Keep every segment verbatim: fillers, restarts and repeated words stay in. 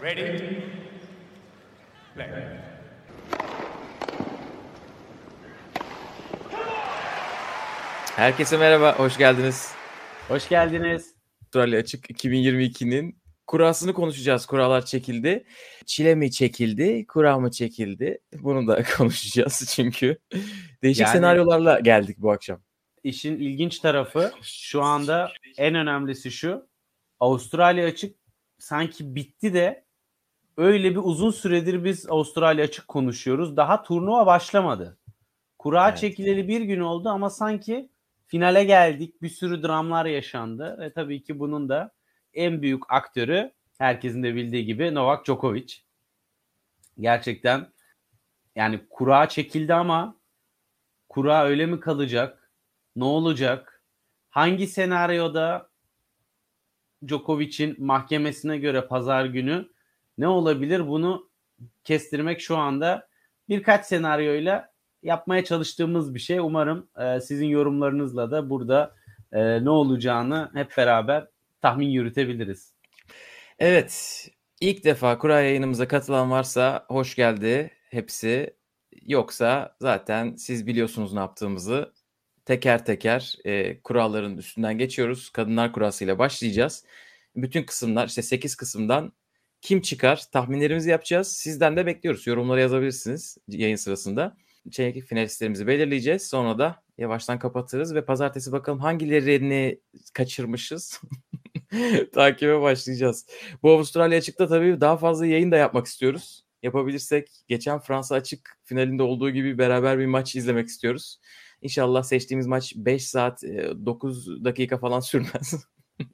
Ready? Play. Herkese merhaba, hoş geldiniz. Hoş geldiniz. Avustralya Açık iki bin yirmi ikinin kurasını konuşacağız. Kuralar çekildi. Çile mi çekildi, kura mı çekildi? Bunu da konuşacağız çünkü değişik Yani- senaryolarla geldik bu akşam. İşin ilginç tarafı şu anda en önemlisi şu. Avustralya Açık sanki bitti de öyle bir uzun süredir biz Avustralya Açık konuşuyoruz. Daha turnuva başlamadı. Kura Evet. çekileli bir gün oldu ama sanki finale geldik. Bir sürü dramlar yaşandı. Ve tabii ki bunun da en büyük aktörü herkesin de bildiği gibi Novak Djokovic. Gerçekten yani kura çekildi ama kura öyle mi kalacak? Ne olacak? Hangi senaryoda Djokovic'in mahkemesine göre pazar günü ne olabilir? Bunu kestirmek şu anda birkaç senaryoyla yapmaya çalıştığımız bir şey. Umarım e, sizin yorumlarınızla da burada e, ne olacağını hep beraber tahmin yürütebiliriz. Evet, ilk defa kura yayınımıza katılan varsa hoş geldi hepsi. Yoksa zaten siz biliyorsunuz ne yaptığımızı. Teker teker e, kuralların üstünden geçiyoruz. Kadınlar kurasıyla başlayacağız. Bütün kısımlar işte sekiz kısımdan kim çıkar tahminlerimizi yapacağız. Sizden de bekliyoruz. Yorumlara yazabilirsiniz yayın sırasında. Çeyrek finalistlerimizi belirleyeceğiz. Sonra da yavaştan kapatırız ve pazartesi bakalım hangilerini kaçırmışız. Takibe başlayacağız. Bu Avustralya Açık'ta tabii daha fazla yayın da yapmak istiyoruz. Yapabilirsek geçen Fransa Açık finalinde olduğu gibi beraber bir maç izlemek istiyoruz. İnşallah seçtiğimiz maç beş saat dokuz dakika falan sürmez.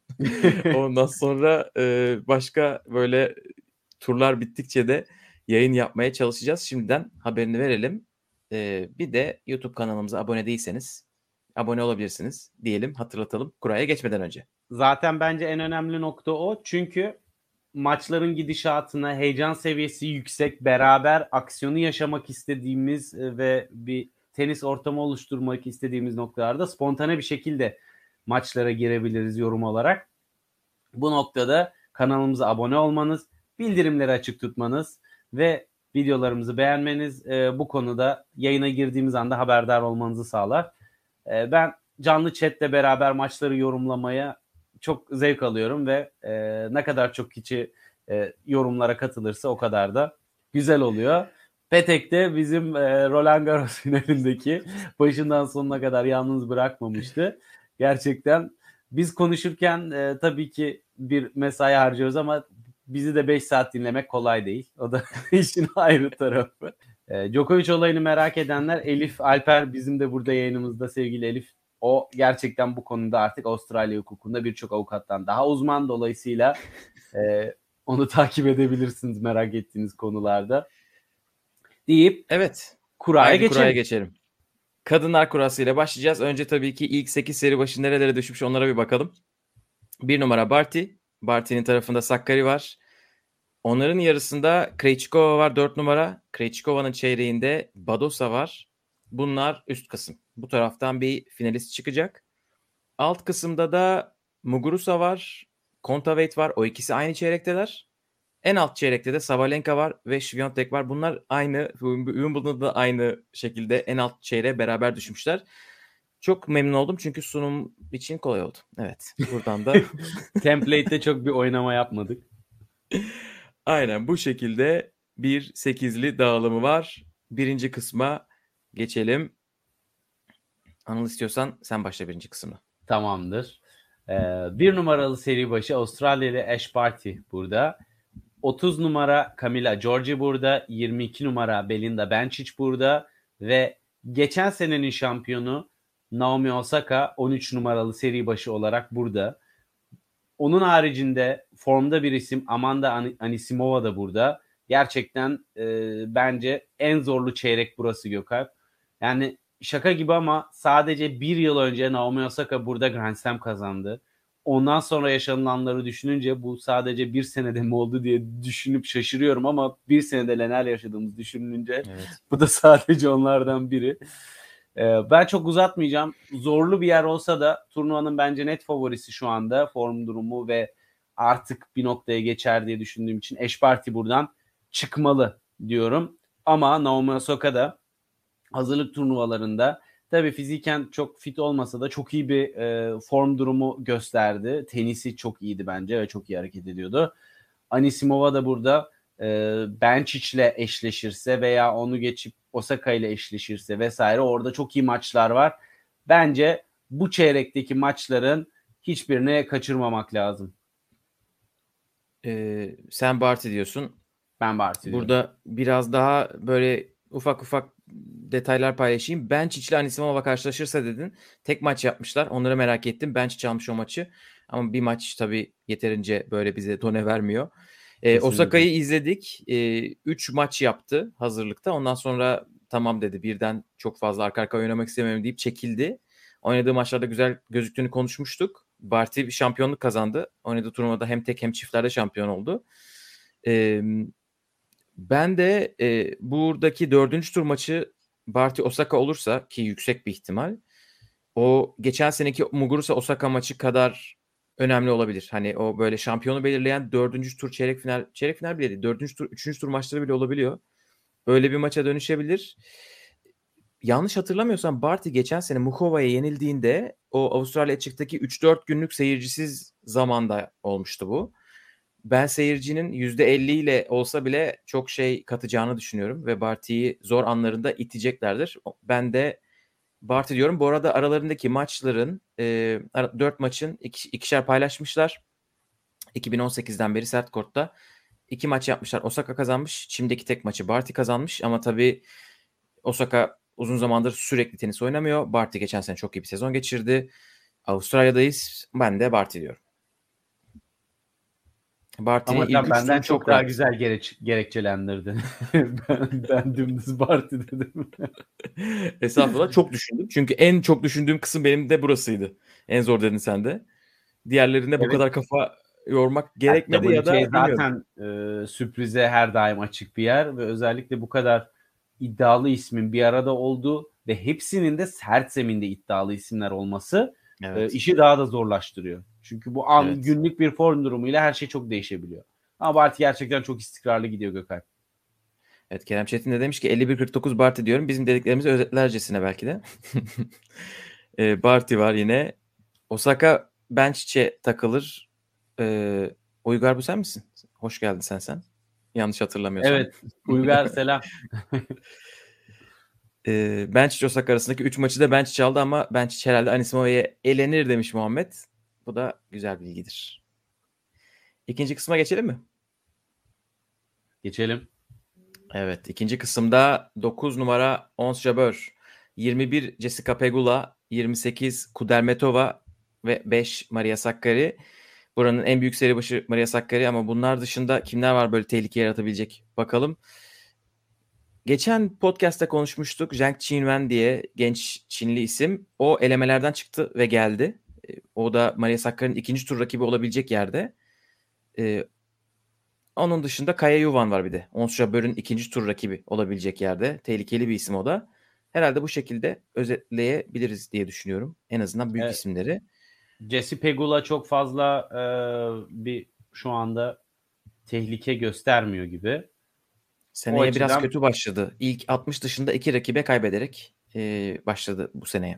Ondan sonra başka böyle turlar bittikçe de yayın yapmaya çalışacağız. Şimdiden haberini verelim. Bir de YouTube kanalımıza abone değilseniz abone olabilirsiniz diyelim, hatırlatalım kuraya geçmeden önce. Zaten bence en önemli nokta o. Çünkü maçların gidişatına, heyecan seviyesi yüksek, beraber aksiyonu yaşamak istediğimiz ve bir tenis ortamı oluşturmak istediğimiz noktalarda spontane bir şekilde maçlara girebiliriz yorum olarak. Bu noktada kanalımıza abone olmanız, bildirimleri açık tutmanız ve videolarımızı beğenmeniz e, bu konuda yayına girdiğimiz anda haberdar olmanızı sağlar. E, ben canlı chatle beraber maçları yorumlamaya çok zevk alıyorum ve e, ne kadar çok kişi e, yorumlara katılırsa o kadar da güzel oluyor. Petek de bizim e, Roland Garros finalindeki başından sonuna kadar yalnız bırakmamıştı. Gerçekten biz konuşurken e, tabii ki bir mesai harcıyoruz ama bizi de beş saat dinlemek kolay değil. O da işin ayrı tarafı. E, Djokovic olayını merak edenler, Elif Alper bizim de burada yayınımızda, sevgili Elif. O gerçekten bu konuda artık Avustralya hukukunda birçok avukattan daha uzman, dolayısıyla e, onu takip edebilirsiniz merak ettiğiniz konularda. Deyip Evet. kuraya Haydi geçelim. kuraya geçelim. Kadınlar kurasıyla başlayacağız. Önce tabii ki ilk sekiz seri başı nerelere düşmüş onlara bir bakalım. Bir numara Barty. Barty'nin tarafında Sakkari var. Onların yarısında Krejcikova var dört numara. Krejcikova'nın çeyreğinde Badosa var. Bunlar üst kısım. Bu taraftan bir finalist çıkacak. Alt kısımda da Muguruza var. Kontaveit var. O ikisi aynı çeyrekteler. En alt çeyrekte de Sabalenka var ve Swiatek var. Bunlar aynı, Wimbledon'da da aynı şekilde en alt çeyreğe beraber düşmüşler. Çok memnun oldum çünkü sunum için kolay oldu. Evet, buradan da Template'te çok bir oynama yapmadık. aynen bu şekilde bir sekizli dağılımı var. Birinci kısma geçelim. Anıl, istiyorsan sen başla birinci kısmı. Tamamdır. Ee, bir numaralı seri başı Avustralyalı Ash Barty burada. otuz numara Camila Giorgi burada. yirmi iki numara Belinda Bencic burada. Ve geçen senenin şampiyonu Naomi Osaka on üç numaralı seri başı olarak burada. Onun haricinde formda bir isim Amanda Anisimova da burada. Gerçekten e, bence en zorlu çeyrek burası Gökhan. Yani şaka gibi ama sadece bir yıl önce Naomi Osaka burada Grand Slam kazandı. Ondan sonra yaşanılanları düşününce bu sadece bir senede mi oldu diye düşünüp şaşırıyorum ama bir senede neler yaşadığımız düşününce Evet. bu da sadece onlardan biri. Ee, ben çok uzatmayacağım. Zorlu bir yer olsa da turnuvanın bence net favorisi şu anda form durumu ve artık bir noktaya geçer diye düşündüğüm için Ash Barty buradan çıkmalı diyorum. Ama Naomi Osaka da hazırlık turnuvalarında tabii fiziken çok fit olmasa da çok iyi bir e, form durumu gösterdi. Tenisi çok iyiydi bence ve çok iyi hareket ediyordu. Anisimova da burada e, Bencic'le eşleşirse veya onu geçip Osaka ile eşleşirse vesaire orada çok iyi maçlar var. Bence bu çeyrekteki maçların hiçbirini kaçırmamak lazım. Ee, sen Barty diyorsun. Ben Barty diyorum. Burada biraz daha böyle ufak ufak detaylar paylaşayım. Bencic ile Anisimova karşılaşırsa dedin. Tek maç yapmışlar. Onları merak ettim. Bencic almış o maçı. Ama bir maç tabii yeterince böyle bize done vermiyor. Ee, Osaka'yı izledik. üç ee, maç yaptı hazırlıkta. Ondan sonra tamam dedi. Birden çok fazla arka arka oynamak istemiyorum deyip çekildi. Oynadığı maçlarda güzel gözüktüğünü konuşmuştuk. Barty bir şampiyonluk kazandı. Oynadığı turnuvada hem tek hem çiftlerde şampiyon oldu. Ee, Ben de e, buradaki dördüncü tur maçı Barty Osaka olursa ki yüksek bir ihtimal o geçen seneki Muguruza Osaka maçı kadar önemli olabilir. Hani o böyle şampiyonu belirleyen dördüncü tur çeyrek final çeyrek final bile değil. Dördüncü tur, üçüncü tur maçları bile olabiliyor. Böyle bir maça dönüşebilir. Yanlış hatırlamıyorsam Barty geçen sene Mukova'ya yenildiğinde o Avustralya açıktaki üç dört günlük seyircisiz zamanda olmuştu bu. Ben seyircinin yüzde elli ile olsa bile çok şey katacağını düşünüyorum ve Barty'yi zor anlarında iteceklerdir. Ben de Barty diyorum. Bu arada aralarındaki maçların e, dört maçın iki, ikişer paylaşmışlar. iki bin on sekizden beri sert kortta iki maç yapmışlar. Osaka kazanmış. Şimdiki tek maçı Barty kazanmış ama tabii Osaka uzun zamandır sürekli tenis oynamıyor. Barty geçen sene çok iyi bir sezon geçirdi. Avustralya'dayız. Ben de Barty diyorum. Barty'nin ilk üç benden çok, çok daha rahat. güzel gerek, gerekçelendirdin. ben, ben dümdüz Barty dedim. Estağfurullah çok düşündüm. Çünkü en çok düşündüğüm kısım benim de burasıydı. En zor dedin sen de. Diğerlerinde evet. Bu kadar kafa yormak gerekmedi ya, ya da zaten e, sürprize her daim açık bir yer ve özellikle bu kadar iddialı ismin bir arada olduğu ve hepsinin de sert zeminde iddialı isimler olması evet. e, işi daha da zorlaştırıyor. Çünkü bu an evet. günlük bir form durumuyla her şey çok değişebiliyor. Ama Barty gerçekten çok istikrarlı gidiyor Gökay. Evet, Kerem Çetin de demiş ki elli bir kırk dokuz Barty diyorum. Bizim dediklerimizi özetlercesine belki de. e, Barty var yine. Osaka Bencic'e takılır. E, Uygar bu sen misin? Hoş geldin sen sen. Yanlış hatırlamıyorsam. Evet. Uygar selam. e, Bencic Osaka arasındaki üç maçı da Bencic aldı ama Bencic herhalde Anisimova'ya elenir demiş Muhammed. Bu da güzel bilgidir. İkinci kısma geçelim mi? Geçelim. Evet, ikinci kısımda dokuz numara Ons Jabeur, yirmi bir Jessica Pegula, yirmi sekiz Kudermetova ve beş Maria Sakkari. Buranın en büyük seri başı Maria Sakkari ama bunlar dışında kimler var böyle tehlike yaratabilecek bakalım. Geçen podcast'ta konuşmuştuk. Zhang Qinwen diye genç Çinli isim. O elemelerden çıktı ve geldi. O da Maria Sakkari'nin ikinci tur rakibi olabilecek yerde. Ee, Onun dışında Kaya Yuvan var bir de. Ons Jabeur'ün ikinci tur rakibi olabilecek yerde. Tehlikeli bir isim o da. Herhalde bu şekilde özetleyebiliriz diye düşünüyorum. En azından büyük evet. isimleri. Jesse Pegula çok fazla e, bir şu anda tehlike göstermiyor gibi. Seneye açıdan... biraz kötü başladı. İlk altmış dışında iki rakibe kaybederek e, başladı bu seneye.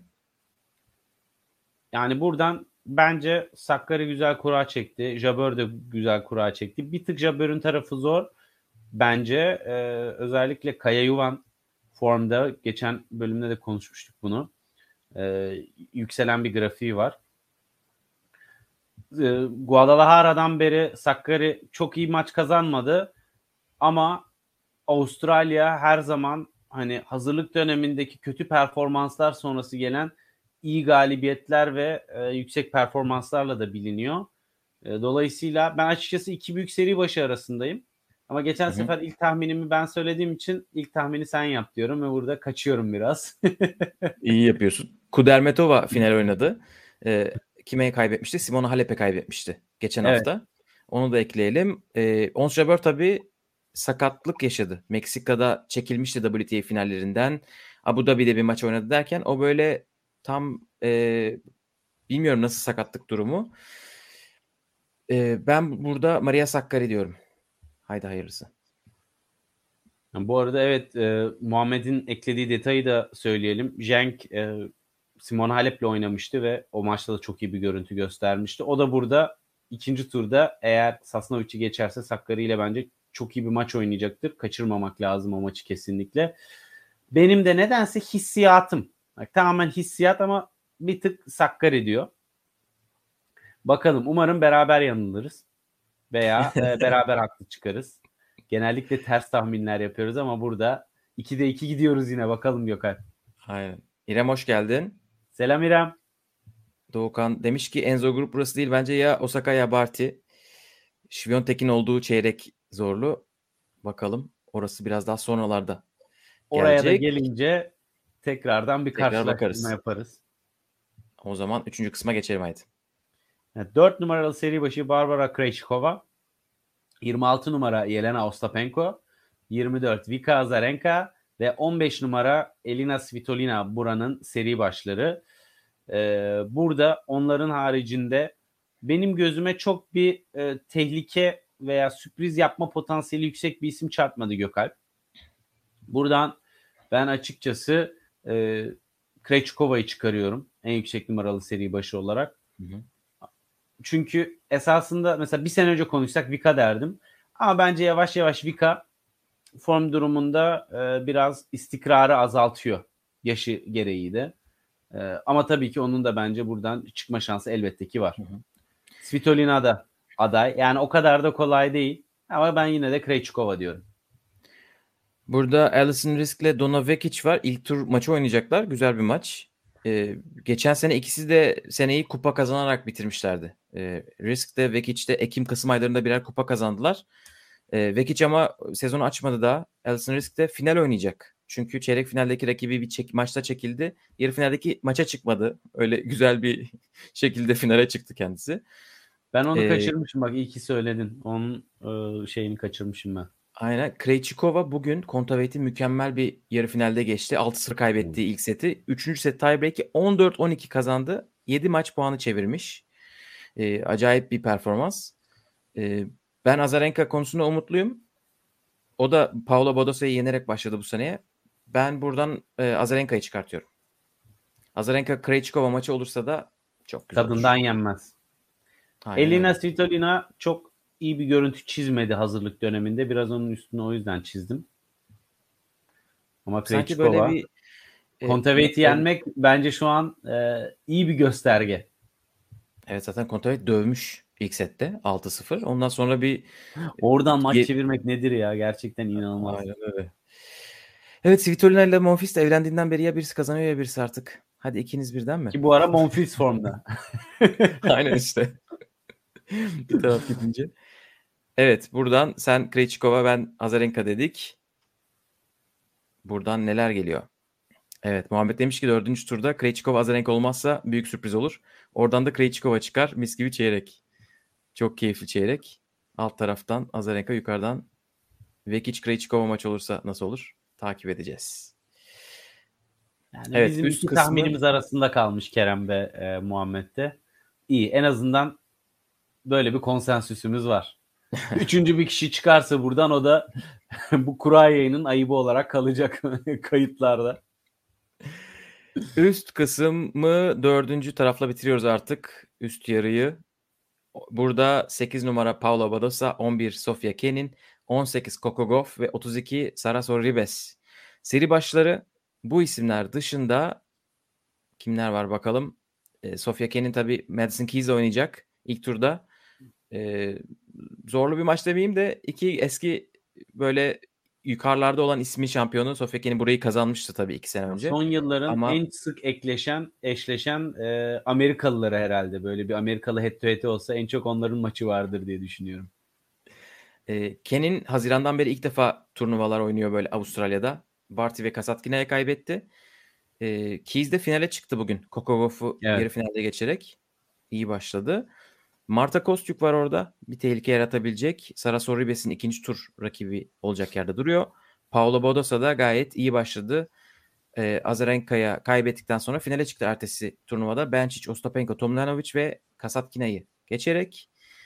Yani buradan bence Sakkari güzel kura çekti. Jabeur de güzel kura çekti. Bir tık Jabeur'ün tarafı zor. Bence e, özellikle Kaya Yuvan formda. Geçen bölümde de konuşmuştuk bunu. E, yükselen bir grafiği var. E, Guadalajara'dan beri Sakkari çok iyi maç kazanmadı. Ama Avustralya her zaman hani hazırlık dönemindeki kötü performanslar sonrası gelen iyi galibiyetler ve e, yüksek performanslarla da biliniyor. E, dolayısıyla ben açıkçası iki büyük seri başı arasındayım. Ama geçen Hı-hı. sefer ilk tahminimi ben söylediğim için ilk tahmini sen yap diyorum ve burada kaçıyorum biraz. İyi yapıyorsun. Kudermetova final oynadı. E, kime kaybetmişti? Simona Halep'e kaybetmişti geçen evet. hafta. Onu da ekleyelim. E, Ons Jabeur tabii sakatlık yaşadı. Meksika'da çekilmişti W T A finallerinden. Abu Dhabi'de bir maç oynadı derken o böyle tam e, bilmiyorum nasıl sakatlık durumu. Ee, ben burada Maria Sakkari diyorum. Haydi hayırlısı. Yani bu arada evet, e, Muhammed'in eklediği detayı da söyleyelim. Cenk e, Simona Halep'le oynamıştı ve o maçta da çok iyi bir görüntü göstermişti. O da burada ikinci turda eğer Sasnovic'i geçerse Sakkari ile bence çok iyi bir maç oynayacaktır. Kaçırmamak lazım o maçı kesinlikle. Benim de nedense hissiyatım. Bak, tamamen hissiyat ama bir tık Sakkari diyor. Bakalım, umarım beraber yanılırız. Veya e, beraber haklı çıkarız. Genellikle ters tahminler yapıyoruz ama burada ikide iki gidiyoruz yine. Bakalım Gökhan. Aynen. İrem hoş geldin. Selam İrem. Doğukan demiş ki Enzo Grup burası değil. Bence ya Osaka ya Barty. Şiviyontek'in olduğu çeyrek zorlu. Bakalım. Orası biraz daha sonralarda Oraya da gelecek. gelince tekrardan bir Tekrar karşılaştırma bakarız. yaparız. O zaman üçüncü kısma geçelim haydi. Evet, dört numaralı seri başı Barbara Krejcikova. yirmi altı numara Yelena Ostapenko. yirmi dört Vika Azarenka ve on beş numara Elina Svitolina buranın seri başları. Ee, burada onların haricinde benim gözüme çok bir e, tehlike veya sürpriz yapma potansiyeli yüksek bir isim çarpmadı Gökalp. Buradan ben açıkçası e, Krejcikova'yı çıkarıyorum en yüksek numaralı seri başı olarak. Hı hı. Çünkü esasında mesela bir sene önce konuşsak Vika derdim. Ama bence yavaş yavaş Vika form durumunda e, biraz istikrarı azaltıyor. Yaşı gereği de. E, ama tabii ki onun da bence buradan çıkma şansı elbette ki var. Hı hı. Svitolina da aday. Yani o kadar da kolay değil. Ama ben yine de Krejcikova diyorum. Burada Alison Risk ile Donna Vekic var. İlk tur maçı oynayacaklar. Güzel bir maç. Ee, geçen sene ikisi de seneyi kupa kazanarak bitirmişlerdi. Ee, Risk de Vekic de Ekim-Kasım aylarında birer kupa kazandılar. Ee, Vekic ama sezonu açmadı daha. Alison Risk de final oynayacak. Çünkü çeyrek finaldeki rakibi bir çek, maçta çekildi. Yarı finaldeki maça çıkmadı. Öyle güzel bir şekilde finale çıktı kendisi. Ben onu Ee, kaçırmışım, bak iyi ki söyledin. Onun e, şeyini kaçırmışım ben. Aynen. Krejcikova bugün Kontaveit'i mükemmel bir yarı finalde geçti. altı sıfır kaybettiği ilk seti. Üçüncü set tiebreak'i on dört on iki kazandı. yedi maç puanı çevirmiş. Ee, acayip bir performans. Ee, ben Azarenka konusunda umutluyum. O da Paula Badosa'yı yenerek başladı bu seneye. Ben buradan e, Azarenka'yı çıkartıyorum. Azarenka Krejcikova maçı olursa da çok güzel olur. Tadından yenmez. Aynen Elina öyle. Svitolina çok iyi bir görüntü çizmedi hazırlık döneminde. Biraz onun üstüne o yüzden çizdim. Ama Sanki böyle Krejcikova, bir e, Kontaveit'i ön- yenmek bence şu an e, iyi bir gösterge. evet zaten Kontaveit dövmüş ilk sette altı sıfır. Ondan sonra bir Oradan maç Ge- çevirmek nedir ya? Gerçekten inanılmaz. Aynen öyle. Evet, Svitolina ile Monfils de evlendiğinden beri ya birisi kazanıyor ya birisi artık. Hadi ikiniz birden mi? Ki bu ara Monfils formda. Aynen işte. Bir taraf gidince. Evet, buradan sen Krejcikova, ben Azarenka dedik. Buradan neler geliyor? Evet, Muhammed demiş ki dördüncü turda Krejcikova Azarenka olmazsa büyük sürpriz olur. Oradan da Krejcikova çıkar. Mis gibi çeyrek. Çok keyifli çeyrek. Alt taraftan Azarenka, yukarıdan Vekic Krejcikova maç olursa nasıl olur? Takip edeceğiz. Yani Evet, bizim üst iki kısmı tahminimiz arasında kalmış Kerem ve e, Muhammed'de. İyi, en azından böyle bir konsensüsümüz var. Üçüncü bir kişi çıkarsa buradan, o da bu kura yayının ayıbı olarak kalacak kayıtlarda. üst kısmı dördüncü tarafla bitiriyoruz artık. Üst yarıyı. Burada sekiz numara Paula Badosa, on bir Sofia Kenin, on sekiz Coco Gauff ve otuz iki Sara Sorribes. Seri başları bu isimler dışında kimler var bakalım. E, Sofia Kenin tabii Madison Keys'le oynayacak ilk turda. E, zorlu bir maç demeyeyim de iki eski böyle yukarılarda olan ismi şampiyonu Sofia Kenin burayı kazanmıştı tabii iki sene önce. Son yılların Ama en sık ekleşen, eşleşen e, Amerikalıları herhalde. Böyle bir Amerikalı head to head olsa en çok onların maçı vardır diye düşünüyorum. E, Ken'in Haziran'dan beri ilk defa turnuvalar oynuyor böyle Avustralya'da. Barty ve Kasatkina'ya kaybetti. E, Keys de finale çıktı bugün. Coco Gauff'u Evet. yarı finalde geçerek iyi başladı. Marta Kostyuk var orada. Bir tehlike yaratabilecek. Sara Sorribes'in ikinci tur rakibi olacak yerde duruyor. Paula Badosa da gayet iyi başladı. Ee, Azarenka'ya kaybettikten sonra finale çıktı ertesi turnuvada. Benčić, Ostapenko, Tomljanovic ve Kasatkina'yı geçerek.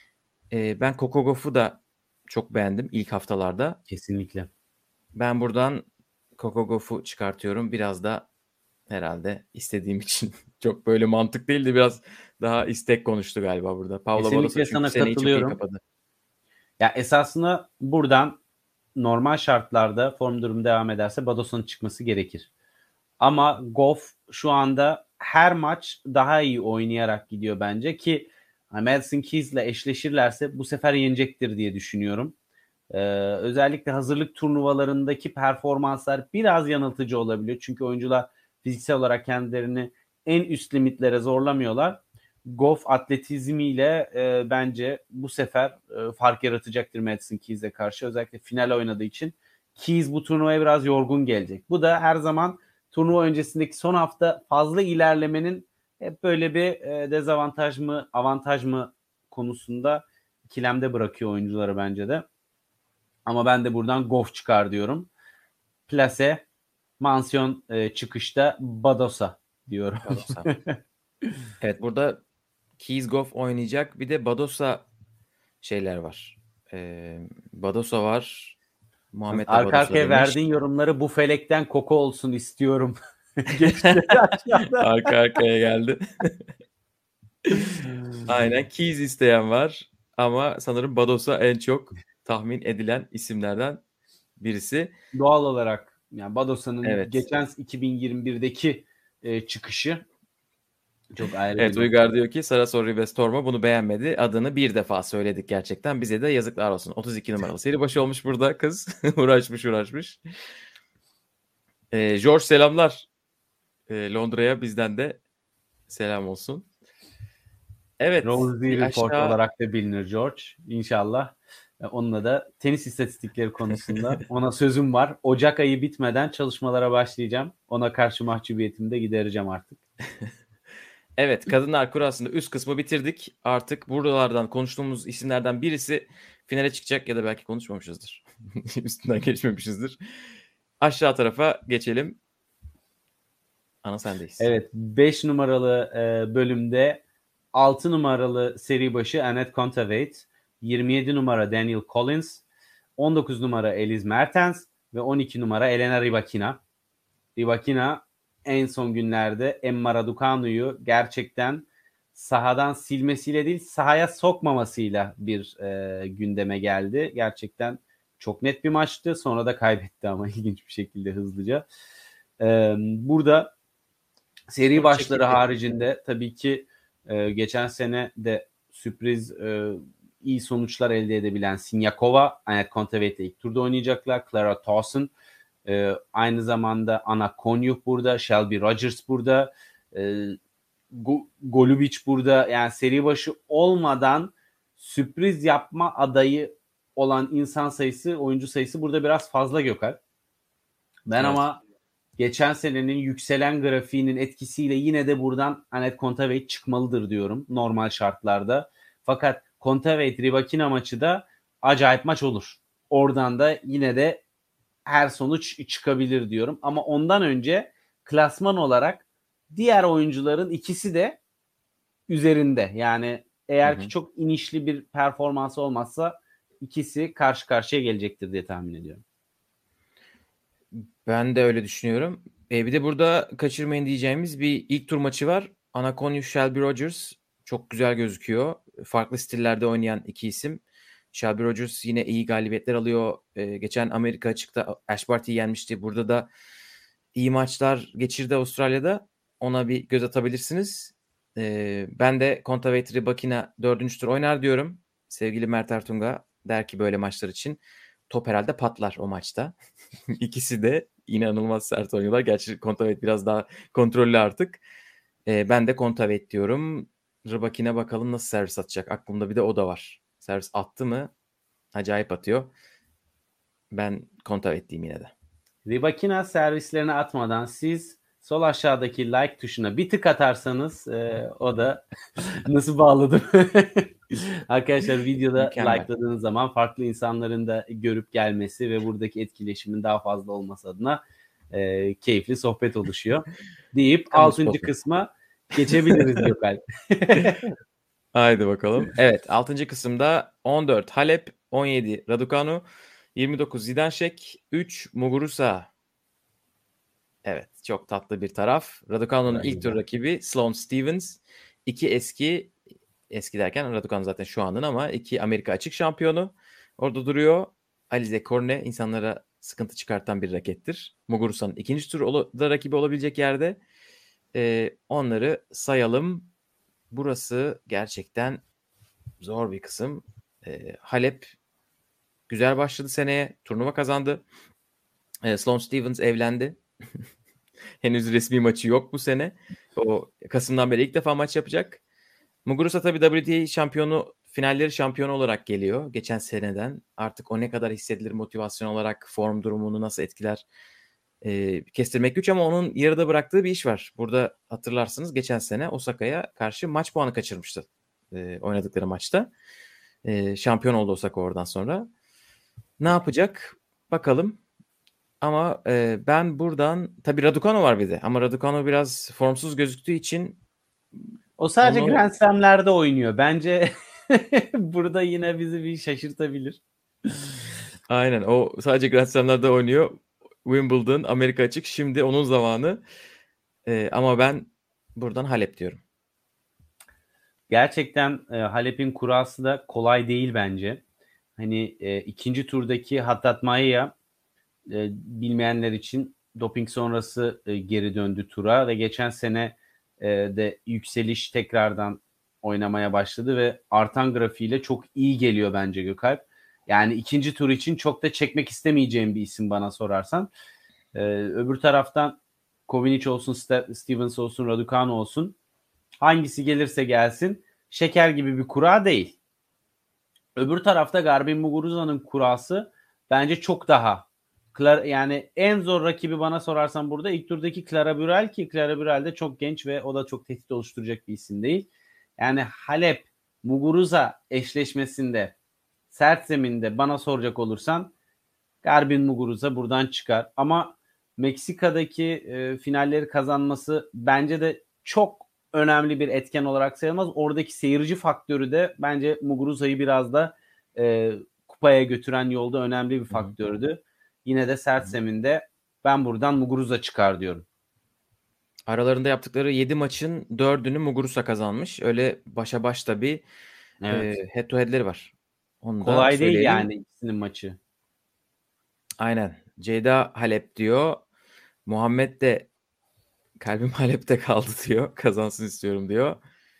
E, ben Coco Gauff'u da çok beğendim ilk haftalarda. Kesinlikle. Ben buradan Coco Gauff'u çıkartıyorum. Biraz da herhalde istediğim için çok böyle mantık değildi. Biraz daha istek konuştu galiba burada. Pablo Badosa Kesinlikle çünkü sana seneyi çok iyi katılıyorum. kapadı. Ya esasında buradan normal şartlarda form durumu devam ederse Badosa'nın çıkması gerekir. Ama Goff şu anda her maç daha iyi oynayarak gidiyor bence ki Madison Keys'le eşleşirlerse bu sefer yenecektir diye düşünüyorum. Ee, özellikle hazırlık turnuvalarındaki performanslar biraz yanıltıcı olabiliyor. Çünkü oyuncular fiziksel olarak kendilerini en üst limitlere zorlamıyorlar. Goff atletizmiyle e, bence bu sefer e, fark yaratacaktır Madison Keys'e karşı. Özellikle final oynadığı için. Keys bu turnuvaya biraz yorgun gelecek. Bu da her zaman turnuva öncesindeki son hafta fazla ilerlemenin hep böyle bir e, dezavantaj mı avantaj mı konusunda ikilemde bırakıyor oyuncuları bence de. Ama ben de buradan Goff çıkar diyorum. Plase, mansiyon e, çıkışta Badosa diyorum. Badosa. Evet, burada Keys Goff oynayacak. Bir de Badosa şeyler var. Ee, Badosa var. Muhammed de Arka Badosa arkaya demiş. verdiğin yorumları bu felekten koku olsun istiyorum. Arka arkaya geldi. Aynen, Keys isteyen var. Ama sanırım Badosa en çok tahmin edilen isimlerden birisi. Doğal olarak yani Badosa'nın Evet. geçen iki bin yirmi birdeki e, çıkışı çok ayrı Evet, bir Uygar diyor ki Sarasor Ribes Tormo bunu beğenmedi. Adını bir defa söyledik gerçekten. Bize de yazıklar olsun. otuz iki numaralı seri başı olmuş burada kız. uğraşmış uğraşmış. Ee, George selamlar. Ee, Londra'ya bizden de selam olsun. Evet. Rosie bir Report aşağı... olarak da bilinir George. İnşallah e, onunla da tenis istatistikleri konusunda ona sözüm var. Ocak ayı bitmeden çalışmalara başlayacağım. Ona karşı mahcubiyetimi de gidereceğim artık. Evet, Kadınlar Kurası'nda üst kısmı bitirdik. Artık buralardan konuştuğumuz isimlerden birisi finale çıkacak ya da belki konuşmamışızdır. Üstünden geçmemişizdir. Aşağı tarafa geçelim. Ana sendeyiz. Evet, beş numaralı e, bölümde altı numaralı seri başı Annette Kontaveit, yirmi yedi numara Daniel Collins, on dokuz numara Elise Mertens ve on iki numara Elena Rybakina. Rybakina en son günlerde Emma Raducanu'yu gerçekten sahadan silmesiyle değil sahaya sokmamasıyla bir e, gündeme geldi. Gerçekten çok net bir maçtı. Sonra da kaybetti ama ilginç bir şekilde hızlıca. E, burada seri Çok başları çekildi. haricinde tabii ki e, geçen sene de sürpriz e, iyi sonuçlar elde edebilen Siniakova, Annette Kontaveit ilk turda oynayacaklar. Clara Towson, e, aynı zamanda Anna Konyuk burada, Shelby Rogers burada, e, Golubic burada. Yani seri başı olmadan sürpriz yapma adayı olan insan sayısı, oyuncu sayısı burada biraz fazla Gökhan. Ben Evet. ama geçen senenin yükselen grafiğinin etkisiyle yine de buradan Annette Kontaveit çıkmalıdır diyorum normal şartlarda. Fakat Kontaveit Rybakina maçı da acayip maç olur. Oradan da yine de her sonuç çıkabilir diyorum. Ama ondan önce klasman olarak diğer oyuncuların ikisi de üzerinde. Yani eğer Hı hı. ki çok inişli bir performansı olmazsa ikisi karşı karşıya gelecektir diye tahmin ediyorum. Ben de öyle düşünüyorum. E, bir de burada kaçırmayın diyeceğimiz bir ilk tur maçı var. Anna Konyuk, Shelby Rogers çok güzel gözüküyor. Farklı stillerde oynayan iki isim. Shelby Rogers yine iyi galibiyetler alıyor. E, geçen Amerika açıkta Ash Barty'yi yenmişti. Burada da iyi maçlar geçirdi Avustralya'da. Ona bir göz atabilirsiniz. E, ben de Kontaveit Rybakina dördüncü tur oynar diyorum. Sevgili Mert Ertunga der ki böyle maçlar için top herhalde patlar o maçta. İkisi de inanılmaz sert oynuyorlar. Gerçi Kontaveit biraz daha kontrollü artık. E, ben de Kontaveit diyorum. Rybakina bakalım nasıl servis atacak. Aklımda bir de o da var. Servis attı mı acayip atıyor. Ben Kontaveit diyeyim yine de. Rybakina servislerini atmadan siz sol aşağıdaki like tuşuna bir tık atarsanız e, o da nasıl bağladım? Arkadaşlar videoda Mükemmel. like'ladığınız zaman farklı insanların da görüp gelmesi ve buradaki etkileşimin daha fazla olması adına e, keyifli sohbet oluşuyor. Deyip Kamu altıncı spotu. kısma geçebiliriz Gökalp. Haydi bakalım. Evet, altıncı kısımda on dört Halep, on yedi Raducanu, yirmi dokuz Zidanšek, üç Muguruza. Evet, çok tatlı bir taraf. Raducanu'nun ilk tur rakibi Sloane Stephens. İki eski, eski derken Raducanu zaten şu andın ama iki Amerika açık şampiyonu orada duruyor. Alize Cornet insanlara sıkıntı çıkartan bir rakettir. Muguruza'nın ikinci turda rakibi olabilecek yerde. Ee, onları sayalım. Burası gerçekten zor bir kısım. Ee, Halep güzel başladı seneye. Turnuva kazandı. Ee, Sloane Stephens evlendi. Henüz resmi maçı yok bu sene. O Kasım'dan beri ilk defa maç yapacak. Muguruza tabii W T A şampiyonu, finalleri şampiyonu olarak geliyor geçen seneden. Artık o ne kadar hissedilir motivasyon olarak, form durumunu nasıl etkiler e, kestirmek güç ama onun yarıda bıraktığı bir iş var. Burada hatırlarsınız geçen sene Osaka'ya karşı maç puanı kaçırmıştı e, oynadıkları maçta. E, şampiyon oldu Osaka oradan sonra. Ne yapacak? Bakalım. Ama e, ben buradan tabii Raducanu var bir de ama Raducanu biraz formsuz gözüktüğü için o sadece onu... Grand Slam'lerde oynuyor. Bence burada yine bizi bir şaşırtabilir. Aynen, o sadece Grand Slam'larda oynuyor. Wimbledon, Amerika açık şimdi onun zamanı. E, ama ben buradan Halep diyorum. Gerçekten e, Halep'in kurası da kolay değil bence. Hani e, ikinci turdaki Hattat Maia e, bilmeyenler için doping sonrası e, geri döndü tura ve geçen sene e, de yükseliş tekrardan oynamaya başladı ve artan grafiğiyle çok iyi geliyor bence Gökalp. Yani ikinci tur için çok da çekmek istemeyeceğim bir isim bana sorarsan. E, öbür taraftan Kovinic olsun, Stevens olsun, Raducanu olsun. Hangisi gelirse gelsin şeker gibi bir kura değil. Öbür tarafta Garbin Muguruza'nın kurası bence çok daha yani en zor rakibi bana sorarsan burada ilk turdaki Clara Burel ki Clara Burel de çok genç ve o da çok tehdit oluşturacak bir isim değil. Yani Halep Muguruza eşleşmesinde sert zeminde bana soracak olursan Garbin Muguruza buradan çıkar. Ama Meksika'daki e, finalleri kazanması bence de çok önemli bir etken olarak sayılmaz. Oradaki seyirci faktörü de bence Muguruza'yı biraz da e, kupaya götüren yolda önemli bir faktördü. Hı. Yine de sert zeminde ben buradan Muguruza çıkar diyorum. Aralarında yaptıkları yedi maçın dördünü Muguruza kazanmış. Öyle başa baş tabii evet. e, head to head'leri var. Onu kolay da söyleyelim. Değil yani ikisinin maçı. Aynen. Ceyda Halep diyor. Muhammed de kalbim Halep'te kaldı diyor. Kazansın istiyorum diyor.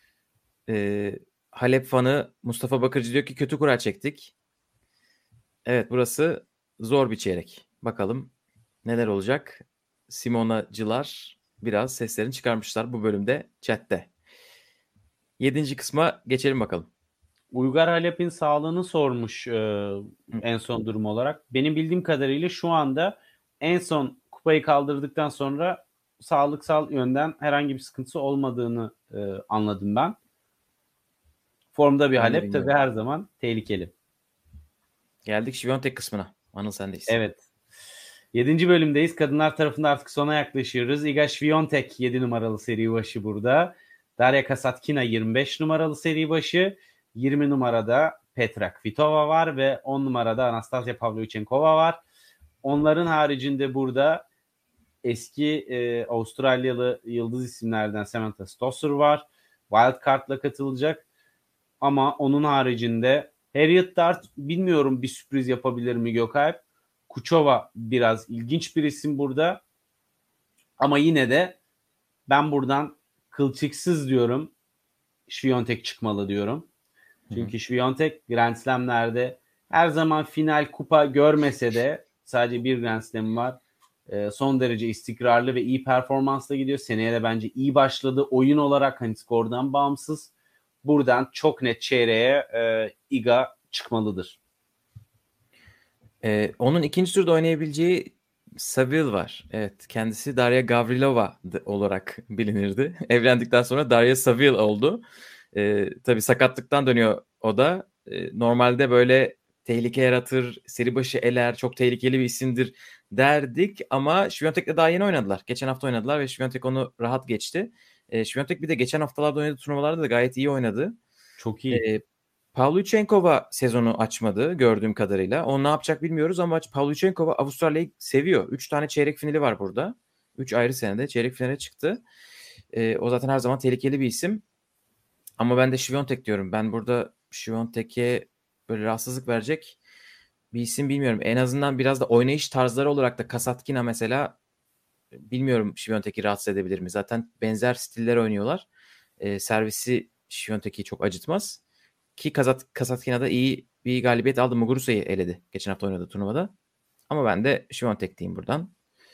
Ee, Halep fanı Mustafa Bakırcı diyor ki kötü kura çektik. Evet, burası zor bir çeyrek. Bakalım neler olacak. Simonacılar biraz seslerini çıkarmışlar bu bölümde chatte. Yedinci kısma geçelim bakalım. Uygar Halep'in sağlığını sormuş e, en son durum olarak. Benim bildiğim kadarıyla şu anda en son kupayı kaldırdıktan sonra sağlıksal yönden herhangi bir sıkıntısı olmadığını e, anladım ben. Formda bir ben Halep tabii her zaman tehlikeli. Geldik Świątek kısmına. Anıl sendeyiz. Evet. Yedinci bölümdeyiz. Kadınlar tarafında artık sona yaklaşıyoruz. Iga Świątek yedi numaralı seri başı burada. Daria Kasatkina yirmi beş numaralı seri başı. yirmi numarada Petra Kvitova var ve on numarada Anastasia Pavlyuchenkova var. Onların haricinde burada eski e, Avustralyalı yıldız isimlerden Samantha Stosur var. Wildcard'la katılacak. Ama onun haricinde Harriet Dart bilmiyorum bir sürpriz yapabilir mi Gökalp? Kuchova biraz ilginç bir isim burada. Ama yine de ben buradan kılçıksız diyorum. Świątek çıkmalı diyorum. Çünkü Świątek Grand Slam'lerde her zaman final kupa görmese de sadece bir Grand Slam var. E, son derece istikrarlı ve iyi performansla gidiyor. Seneye de bence iyi başladı. Oyun olarak hani skordan bağımsız. Buradan çok net çeyreğe e, Iga çıkmalıdır. Ee, onun ikinci turda oynayabileceği Saville var. Evet, kendisi Daria Gavrilova olarak bilinirdi. Evlendikten sonra Daria Saville oldu. Ee, tabii sakatlıktan dönüyor o da. Ee, normalde böyle tehlike yaratır, seri başı eler, çok tehlikeli bir isimdir derdik ama Świątek'le daha yeni oynadılar. Geçen hafta oynadılar ve Świątek onu rahat geçti. Ee, Świątek bir de geçen haftalarda oynadığı turnuvalarda da gayet iyi oynadı. Çok iyi. Ee, Pavlyuchenkova sezonu açmadı gördüğüm kadarıyla. O ne yapacak bilmiyoruz ama Pavlyuchenkova Avustralya'yı seviyor. Üç tane çeyrek finali var burada. Üç ayrı senede çeyrek finale çıktı. Ee, o zaten her zaman tehlikeli bir isim. Ama ben de Świątek diyorum. Ben burada Świątek'e böyle rahatsızlık verecek bir isim bilmiyorum. En azından biraz da oynayış tarzları olarak da Kasatkina mesela bilmiyorum Świątek'i rahatsız edebilir mi? Zaten benzer stiller oynuyorlar. Ee, servisi Świątek'i çok acıtmaz. Ki Kazat, Kasatkina'da iyi bir galibiyet aldı. Muguruza'yı eledi. Geçen hafta oynadığı turnuvada. Ama ben de Świątek diyeyim buradan.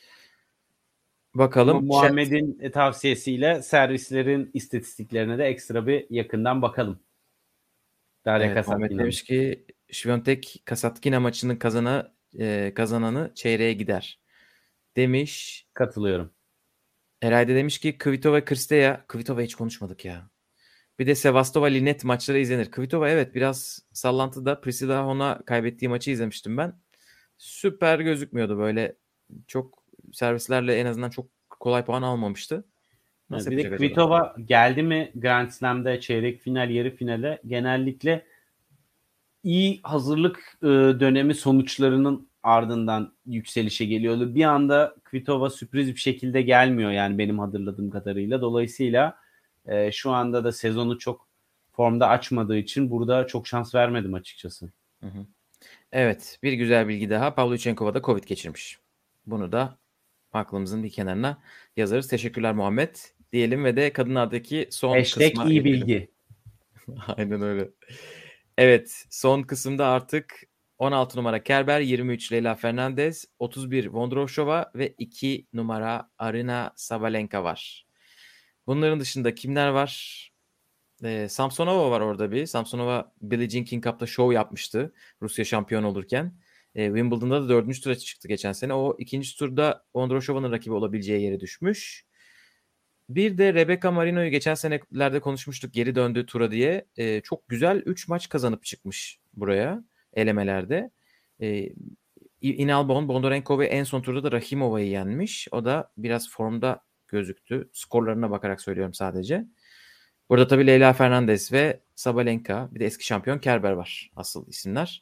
Bakalım. Ama Muhammed'in chat... tavsiyesiyle servislerin istatistiklerine de ekstra bir yakından bakalım. Darya Evet, Muhammed demiş ki Świątek Kasatkina maçının kazana, e, kazananı çeyreğe gider demiş. Katılıyorum. Herhalde demiş ki Kvitova Kristeya. Kvitova hiç konuşmadık ya. Bir de Sevastova Linet maçları izlenir. Kvitova evet biraz sallantıda. Priscilla Hon'a kaybettiği maçı izlemiştim ben. Süper gözükmüyordu böyle. Çok servislerle en azından çok kolay puan almamıştı. Nasıl bir de Kvitova acaba? Geldi mi Grand Slam'de çeyrek final, yarı finale genellikle iyi hazırlık e, dönemi sonuçlarının ardından yükselişe geliyordu. Bir anda Kvitova sürpriz bir şekilde gelmiyor yani benim hatırladığım kadarıyla. Dolayısıyla e, şu anda da sezonu çok formda açmadığı için burada çok şans vermedim açıkçası. Hı hı. Evet, bir güzel bilgi daha. Pavlyuchenkova da Covid geçirmiş. Bunu da aklımızın bir kenarına yazarız. Teşekkürler Muhammed diyelim ve de kadınlardaki son Hashtag kısma iyi geçelim. bilgi. Aynen öyle. Evet, son kısımda artık on altı numara Kerber, yirmi üç Leyla Fernandez, otuz bir Vondrousova ve iki numara Aryna Sabalenka var. Bunların dışında kimler var? Ee, Samsonova var orada bir. Samsonova Billie Jean King Cup'ta show yapmıştı Rusya şampiyon olurken. Ee, Wimbledon'da da dördüncü tura çıktı geçen sene. O ikinci turda Vondrousova'nın rakibi olabileceği yere düşmüş. Bir de Rebecca Marino'yu geçen senelerde konuşmuştuk geri döndüğü tura diye. Ee, çok güzel üç maç kazanıp çıkmış buraya elemelerde. Ee, Inalbon, Bondarenko ve en son turda da Rahimova'yı yenmiş. O da biraz formda gözüktü. Skorlarına bakarak söylüyorum sadece. Burada tabii Leyla Fernandez ve Sabalenka, bir de eski şampiyon Kerber var asıl isimler.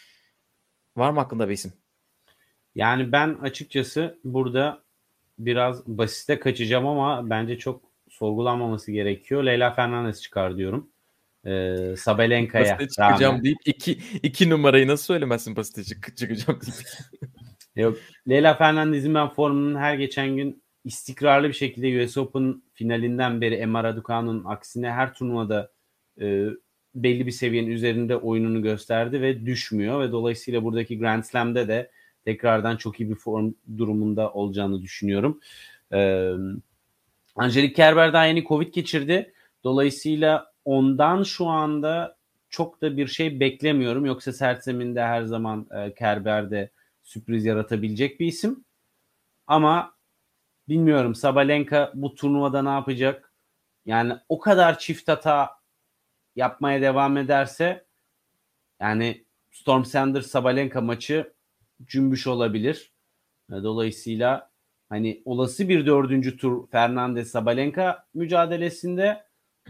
Var mı aklında bir isim? Yani ben açıkçası burada biraz basite kaçacağım ama bence çok sorgulanmaması gerekiyor. Leyla Fernandez çıkar diyorum. Ee, Sabalenka'ya basite çıkacağım rağmen. deyip iki, iki numarayı nasıl söylemezsin basite çık- çıkacağım deyip. Yok. Leyla Fernandez'in ben formunun her geçen gün istikrarlı bir şekilde U S Open finalinden beri Emma Raducanu'nun aksine her turnuvada e, belli bir seviyenin üzerinde oyununu gösterdi ve düşmüyor ve dolayısıyla buradaki Grand Slam'de de tekrardan çok iyi bir form durumunda olacağını düşünüyorum. Ee, Angelique Kerber daha yeni Covid geçirdi. Dolayısıyla ondan şu anda çok da bir şey beklemiyorum. Yoksa sert zeminde her zaman e, Kerber'de sürpriz yaratabilecek bir isim. Ama bilmiyorum Sabalenka bu turnuvada ne yapacak? Yani o kadar çift hata yapmaya devam ederse yani Storm Sanders Sabalenka maçı cümbüş olabilir. Dolayısıyla hani olası bir dördüncü tur Fernandez Sabalenka mücadelesinde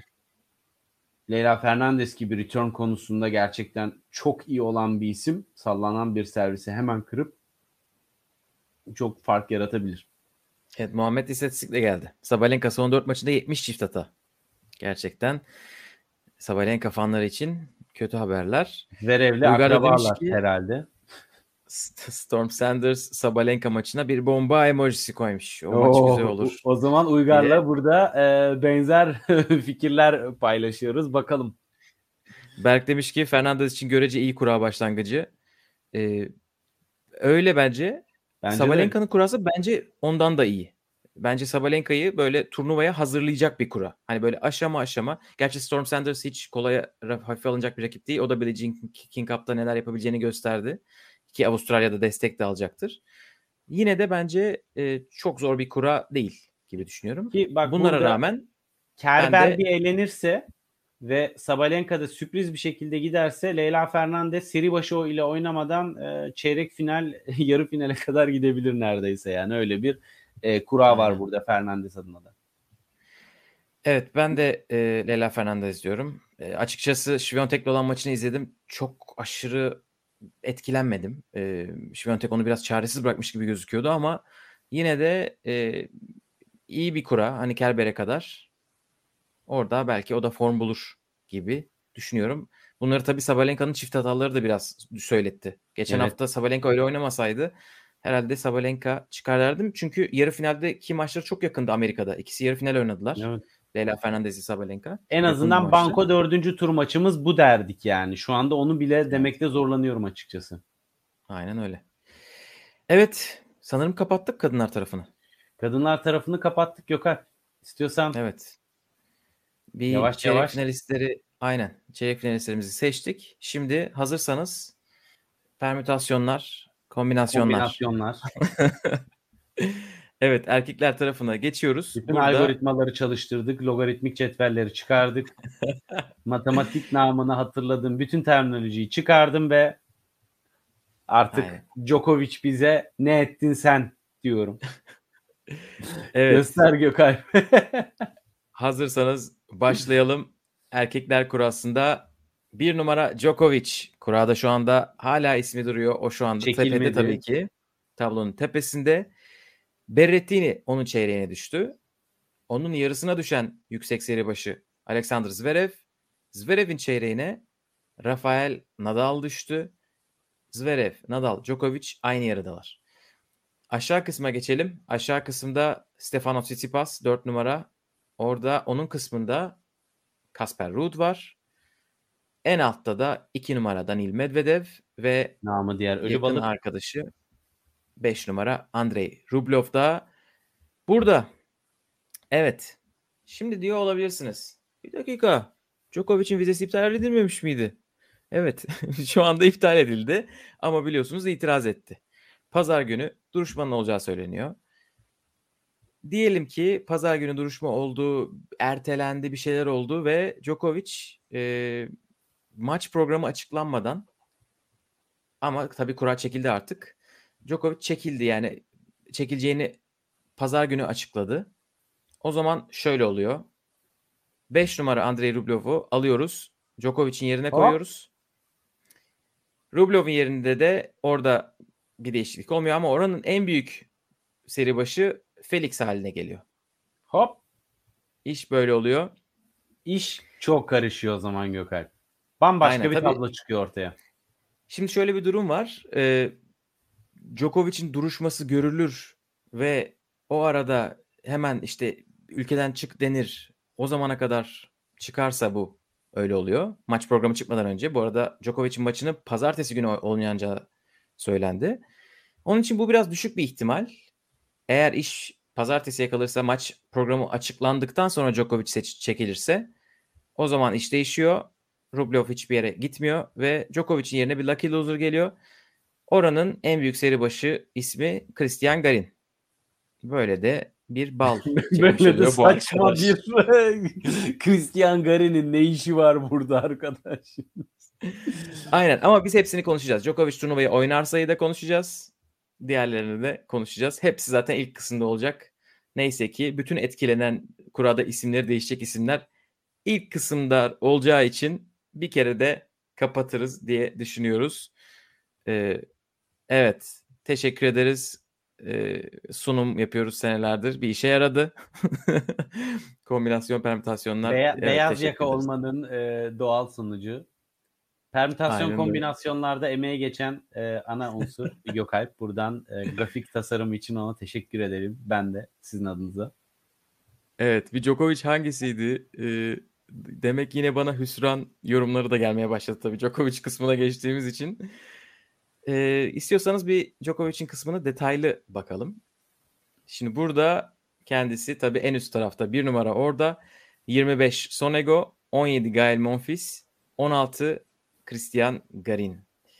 Leyla Fernandez gibi return konusunda gerçekten çok iyi olan bir isim. Sallanan bir servisi hemen kırıp çok fark yaratabilir. Evet, Muhammed istatistikle geldi. Sabalenka son dört maçında yetmiş çift hata. Gerçekten Sabalenka fanları için kötü haberler. Verevli akrabalar ki, herhalde. Storm Sanders Sabalenka maçına bir bomba emojisi koymuş. O Oo, maç güzel olur. O zaman Uygar'la diye. Burada e, benzer fikirler paylaşıyoruz. Bakalım. Berk demiş ki Fernandez için görece iyi kura başlangıcı. Ee, öyle bence. bence Sabalenka'nın kurası bence ondan da iyi. Bence Sabalenka'yı böyle turnuvaya hazırlayacak bir kura. Hani böyle aşama aşama. Gerçi Storm Sanders hiç kolay hafife alınacak bir rakip değil. O da Billie Jean King Cup'ta neler yapabileceğini gösterdi. Ki Avustralya'da destek de alacaktır. Yine de bence e, çok zor bir kura değil gibi düşünüyorum. Ki bak bunlara rağmen Kerber de... bir eğlenirse ve Sabalenka'da sürpriz bir şekilde giderse Leyla Fernandez seri başı o ile oynamadan e, çeyrek final, yarı finale kadar gidebilir neredeyse. Yani öyle bir e, kura var Aynen. burada Fernandez adına da. Evet ben de e, Leyla Fernandez diyorum. E, açıkçası Świątek'le olan maçını izledim. Çok aşırı etkilenmedim. E, Świątek onu biraz çaresiz bırakmış gibi gözüküyordu ama yine de e, iyi bir kura. Hani Kerber'e kadar. Orada belki o da form bulur gibi düşünüyorum. Bunları tabii Sabalenka'nın çift hataları da biraz söyletti. Geçen Evet. hafta Sabalenka öyle oynamasaydı herhalde Sabalenka çıkar derdim. Çünkü yarı finaldeki maçları çok yakındı Amerika'da. İkisi yarı final oynadılar. Evet. Leyla Fernandez'i Sabalenka. En Yakındı azından maçlar. banko dördüncü tur maçımız bu derdik yani. Şu anda onu bile Evet. demekte zorlanıyorum açıkçası. Aynen öyle. Evet. Sanırım kapattık kadınlar tarafını. Kadınlar tarafını kapattık Gökhan. İstiyorsan Evet. Bir yavaş çeyrek yavaş finalistleri aynen. Çeyrek finalistlerimizi seçtik. Şimdi hazırsanız permütasyonlar, kombinasyonlar. kombinasyonlar. Evet, erkekler tarafına geçiyoruz. Bütün Burada algoritmaları çalıştırdık. Logaritmik cetvelleri çıkardık. Matematik namını hatırladım. Bütün terminolojiyi çıkardım ve artık aynen. Djokovic bize ne ettin sen diyorum. Evet, Göster Gökhan. hazırsanız başlayalım. Erkekler kurasında bir numara Djokovic. Kurada şu anda hala ismi duruyor. O şu anda tepede Çekilmedi. tabii ki. Tablonun tepesinde. Berrettini onun çeyreğine düştü. Onun yarısına düşen yüksek seri başı Alexander Zverev. Zverev'in çeyreğine Rafael Nadal düştü. Zverev, Nadal, Djokovic aynı yarıdalar. Aşağı kısma geçelim. Aşağı kısımda Stefanos Tsitsipas dört numara. Orada onun kısmında Casper Ruud var. En altta da iki numara Daniil Medvedev ve Namı diğer ölü yakın balık. arkadaşı beş numara Andrei Rublev da burada. Evet. Şimdi diyor olabilirsiniz. Bir dakika. Djokovic'in vizesi iptal edilmemiş miydi? Evet. Şu anda iptal edildi. Ama biliyorsunuz itiraz etti. Pazar günü duruşmanın olacağı söyleniyor. Diyelim ki pazar günü duruşma oldu, ertelendi, bir şeyler oldu ve Djokovic e, maç programı açıklanmadan, ama tabii kura çekildi artık. Djokovic çekildi, yani çekileceğini pazar günü açıkladı. O zaman şöyle oluyor. beş numara Andrei Rublev'u alıyoruz. Djokovic'in yerine Hop. koyuyoruz. Rublev'in yerinde de orada bir değişiklik olmuyor ama oranın en büyük seri başı Felix haline geliyor. Hop. İş böyle oluyor. İş çok karışıyor o zaman Gökhan. Bambaşka Aynen, bir tabii. tablo çıkıyor ortaya. Şimdi şöyle bir durum var. Ee, Djokovic'in duruşması görülür ve o arada hemen işte ülkeden çık denir. O zamana kadar çıkarsa bu öyle oluyor. Maç programı çıkmadan önce. Bu arada Djokovic'in maçını pazartesi günü oynanacağı söylendi. Onun için bu biraz düşük bir ihtimal. Eğer iş pazartesiye kalırsa, maç programı açıklandıktan sonra Djokovic seç- çekilirse o zaman iş değişiyor. Rublev hiçbir yere gitmiyor ve Djokovic'in yerine bir lucky loser geliyor. Oranın en büyük seri başı ismi Christian Garin. Böyle de bir bal çekmiş Böyle de oluyor bu saçma arkadaş. bir Christian Garin'in ne işi var burada arkadaş? Aynen, ama biz hepsini konuşacağız. Djokovic turnuvayı oynarsayı da konuşacağız. Diğerlerini de konuşacağız. Hepsi zaten ilk kısımda olacak. Neyse ki bütün etkilenen, kurada isimleri değişecek isimler ilk kısımda olacağı için bir kere de kapatırız diye düşünüyoruz. Ee, evet, teşekkür ederiz. Ee, sunum yapıyoruz senelerdir. Bir işe yaradı. Kombinasyon, permütasyonlar. Beya- Evet, beyaz teşekkür yaka ederiz. olmanın e, doğal sonucu. Permütasyon Aynen öyle. kombinasyonlarda emeğe geçen e, ana unsur Gökalp. Buradan e, grafik tasarım için ona teşekkür ederim. Ben de sizin adınıza. Evet, bir Djokovic hangisiydi? Ee, demek yine bana hüsran yorumları da gelmeye başladı tabii Djokovic kısmına geçtiğimiz için. Ee, istiyorsanız bir Djokovic'in kısmını detaylı bakalım. Şimdi burada kendisi tabii en üst tarafta, bir numara orada. yirmi beş Sonego, on yedi Gael Monfils, on altı Christian Garin.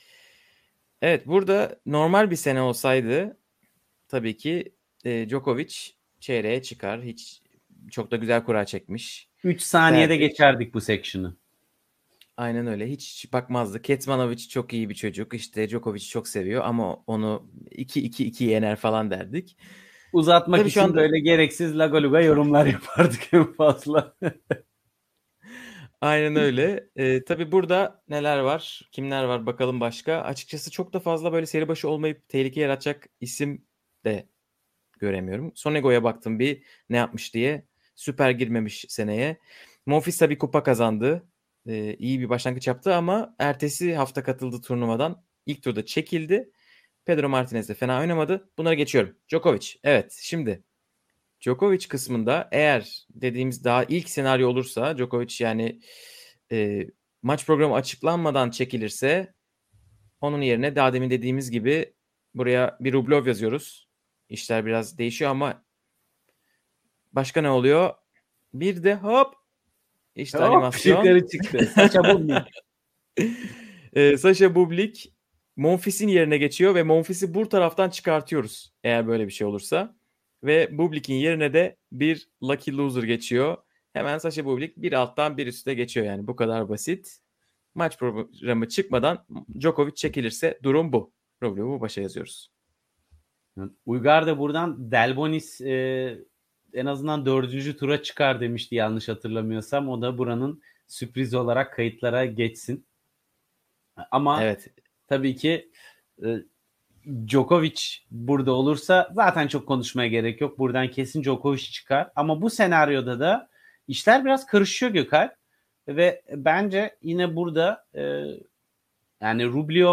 Evet, burada normal bir sene olsaydı tabii ki e, Djokovic çeyreğe çıkar. Hiç çok da güzel kura çekmiş. üç saniyede derdik. geçerdik bu section'ı. Aynen öyle. Hiç bakmazdı. Kecmanovic çok iyi bir çocuk. İşte Djokovic'i çok seviyor ama onu iki iki iki yener falan derdik. Uzatmak Tabii için şu anda böyle gereksiz lagaluga yorumlar yapardık en fazla. Aynen öyle. Ee, tabii burada neler var? Kimler var bakalım başka. Açıkçası çok da fazla böyle seri başı olmayıp tehlike yaratacak isim de göremiyorum. Sonego'ya baktım bir ne yapmış diye. Süper girmemiş seneye. Monfils tabii kupa kazandı. Ee, iyi bir başlangıç yaptı ama ertesi hafta katıldığı turnuvadan ilk turda çekildi. Pedro Martinez de fena oynamadı. Bunlara geçiyorum. Djokovic. Evet, şimdi Djokovic kısmında eğer dediğimiz daha ilk senaryo olursa Djokovic yani e, maç programı açıklanmadan çekilirse onun yerine daha demin dediğimiz gibi buraya bir Rublev yazıyoruz. İşler biraz değişiyor ama başka ne oluyor? Bir de hop işte Hop animasyon. yukarı çıktı. Saça Bublik. e, Sasha Bublik Monfils'in yerine geçiyor ve Monfils'i bu taraftan çıkartıyoruz eğer böyle bir şey olursa. Ve Bublik'in yerine de bir Lucky Loser geçiyor. Hemen Sasha Bublik bir alttan bir üste geçiyor yani bu kadar basit. Maç programı çıkmadan Djokovic çekilirse durum bu. Rublev'u başa yazıyoruz. Uygar da buradan Delbonis e, en azından dördüncü tura çıkar demişti yanlış hatırlamıyorsam. O da buranın sürpriz olarak kayıtlara geçsin. Ama Evet. tabii ki e, Djokovic burada olursa zaten çok konuşmaya gerek yok. Buradan kesin Djokovic çıkar. Ama bu senaryoda da işler biraz karışıyor Gökay. Ve bence yine burada e, yani Rublev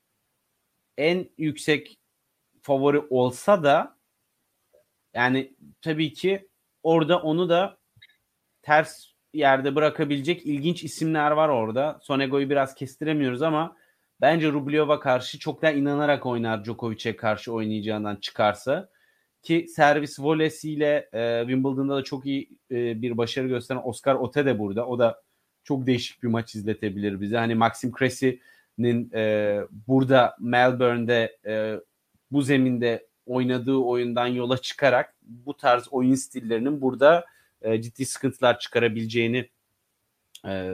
en yüksek favori olsa da yani tabii ki orada onu da ters yerde bırakabilecek ilginç isimler var orada. Sonego'yu biraz kestiremiyoruz ama bence Rublev'a karşı çok da inanarak oynar Djokovic'e karşı oynayacağından çıkarsa. Ki servis volesiyle e, Wimbledon'da da çok iyi e, bir başarı gösteren Oscar Otte de burada. O da çok değişik bir maç izletebilir bize. Hani Maxim Cressy''nin e, burada Melbourne'de e, bu zeminde oynadığı oyundan yola çıkarak bu tarz oyun stillerinin burada e, ciddi sıkıntılar çıkarabileceğini e,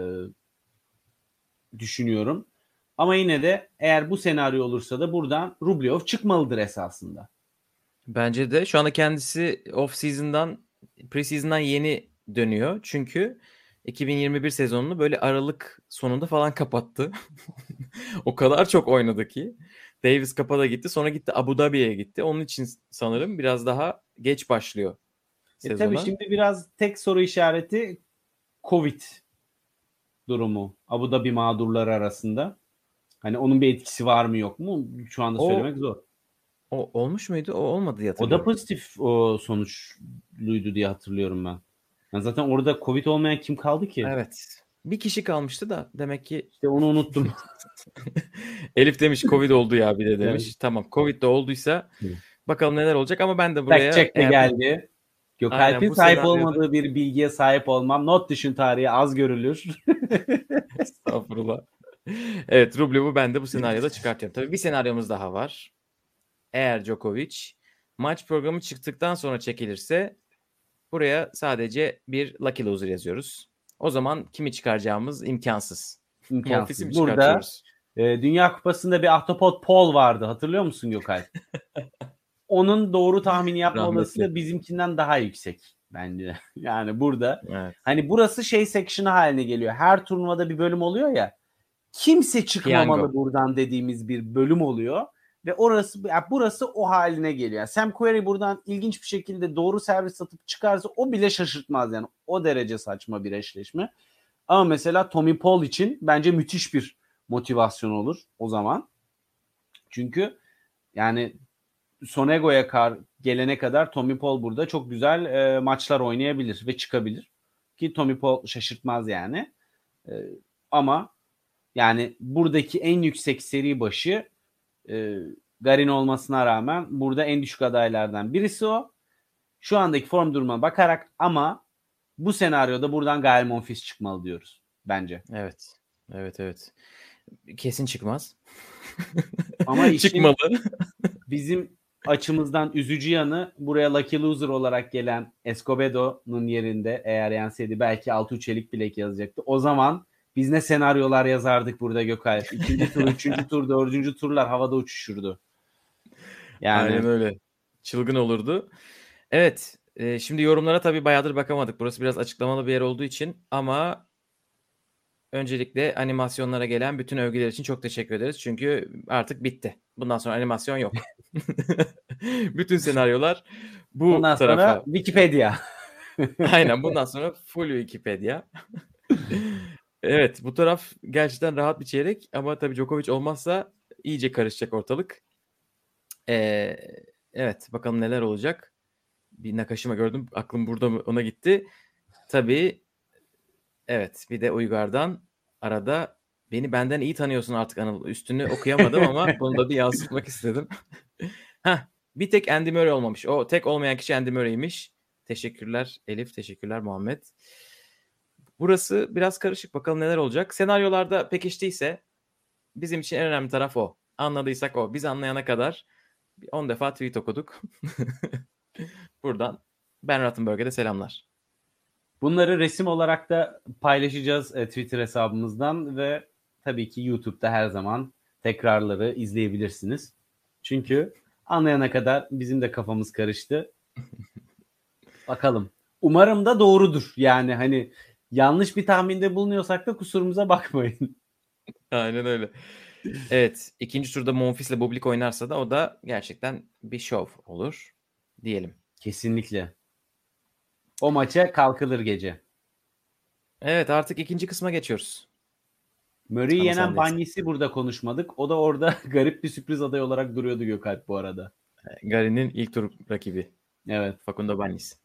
düşünüyorum. Ama yine de eğer bu senaryo olursa da buradan Rublev çıkmalıdır esasında. Bence de şu anda kendisi off season'dan pre-season'dan yeni dönüyor. Çünkü iki bin yirmi bir sezonunu böyle Aralık sonunda falan kapattı. O kadar çok oynadı ki. Davis Cup'a gitti. Sonra gitti Abu Dhabi'ye gitti. Onun için sanırım biraz daha geç başlıyor E tabii sezona. şimdi biraz tek soru işareti Covid durumu. Abu Dhabi mağdurları arasında. Hani onun bir etkisi var mı yok mu? Şu anda O, söylemek zor. o olmuş muydu? O olmadı diye O da hatırlıyorum. pozitif o sonuçluydu diye hatırlıyorum ben. Yani zaten orada Covid olmayan kim kaldı ki? Evet. Bir kişi kalmıştı da demek ki İşte onu unuttum. Elif demiş Covid oldu ya bir de demiş. Evet. Tamam Covid de olduysa bakalım neler olacak ama ben de Fact buraya check de eğer bu, geldi. Gökalp'in aynen bu sahip senaryoda olmadığı bir bilgiye sahip olmam. Not düşün tarihi az görülür. estağfurullah. Evet Rublev'u ben de bu senaryoda çıkartıyorum. Tabii bir senaryomuz daha var. Eğer Djokovic maç programı çıktıktan sonra çekilirse buraya sadece bir Lucky Loser yazıyoruz. O zaman kimi çıkaracağımız imkansız. Monfils'i mi İmkansız. Burada çıkartıyoruz? e, Dünya Kupası'nda bir ahtapot Paul vardı. Hatırlıyor musun Gökalp? Onun doğru tahmini yapma Rahmetli. olasılığı bizimkinden daha yüksek bence. Yani burada Evet. hani burası şey section'ı haline geliyor. Her turnuvada bir bölüm oluyor ya. Kimse çıkmamalı Piyango. buradan dediğimiz bir bölüm oluyor. Ve orası yani burası o haline geliyor. Yani Sam Querrey buradan ilginç bir şekilde doğru servis atıp çıkarsa o bile şaşırtmaz yani. O derece saçma bir eşleşme. Ama mesela Tommy Paul için bence müthiş bir motivasyon olur o zaman. Çünkü yani Sonego'ya kar gelene kadar Tommy Paul burada çok güzel e, maçlar oynayabilir ve çıkabilir. Ki Tommy Paul şaşırtmaz yani. E, ama yani buradaki en yüksek seri başı e, Garin olmasına rağmen burada en düşük adaylardan birisi o. Şu andaki form durumuna bakarak ama bu senaryoda buradan Gael Monfils çıkmalı diyoruz bence. Evet. Evet evet. Kesin çıkmaz. Ama işin Çıkmalı. bizim açımızdan üzücü yanı buraya Lucky Loser olarak gelen Escobedo'nun yerinde eğer yenseydi belki altı üç elik bilek yazacaktı. O zaman biz ne senaryolar yazardık burada Gökalp. İkinci tur, üçüncü tur, dördüncü turlar havada uçuşurdu. Yani Aynen öyle. Çılgın olurdu. Evet. E, şimdi yorumlara tabii bayağıdır bakamadık. Burası biraz açıklamalı bir yer olduğu için ama öncelikle animasyonlara gelen bütün övgüler için çok teşekkür ederiz. Çünkü artık bitti. Bundan sonra animasyon yok. Bütün senaryolar bu Bundan tarafa. sonra Wikipedia. Aynen, bundan sonra full Wikipedia. Evet, bu taraf gerçekten rahat bir çeyrek ama tabii Djokovic olmazsa iyice karışacak ortalık. Ee, evet, bakalım neler olacak. Bir Nakashima gördüm, aklım burada mı ona gitti. Tabii evet, bir de Uygar'dan arada beni benden iyi tanıyorsun artık Anıl. Üstünü okuyamadım ama bunu da bir yansıtmak istedim. Heh, bir tek Andy Murray olmamış. O tek olmayan kişi Andy Murray'miş. Teşekkürler Elif, teşekkürler Muhammed. Burası biraz karışık. Bakalım neler olacak. Senaryolarda pekiştiyse bizim için en önemli taraf o. Anladıysak o. Biz anlayana kadar on defa tweet okuduk. Buradan Ben Rottenberg'e de selamlar. Bunları resim olarak da paylaşacağız e, Twitter hesabımızdan ve tabii ki YouTube'da her zaman tekrarları izleyebilirsiniz. Çünkü anlayana kadar bizim de kafamız karıştı. Bakalım. Umarım da doğrudur. Yani hani yanlış bir tahminde bulunuyorsak da kusurumuza bakmayın. Aynen öyle. Evet, ikinci turda Monfils'le Bublik oynarsa da o da gerçekten bir şov olur diyelim. Kesinlikle. O maça kalkılır gece. Evet, artık ikinci kısma geçiyoruz. Murray'i Ama yenen sendeyiz. Banyes'i burada konuşmadık. O da orada garip bir sürpriz aday olarak duruyordu Gökalp bu arada. Gary'nin ilk tur rakibi. Evet. Facundo Bagnis.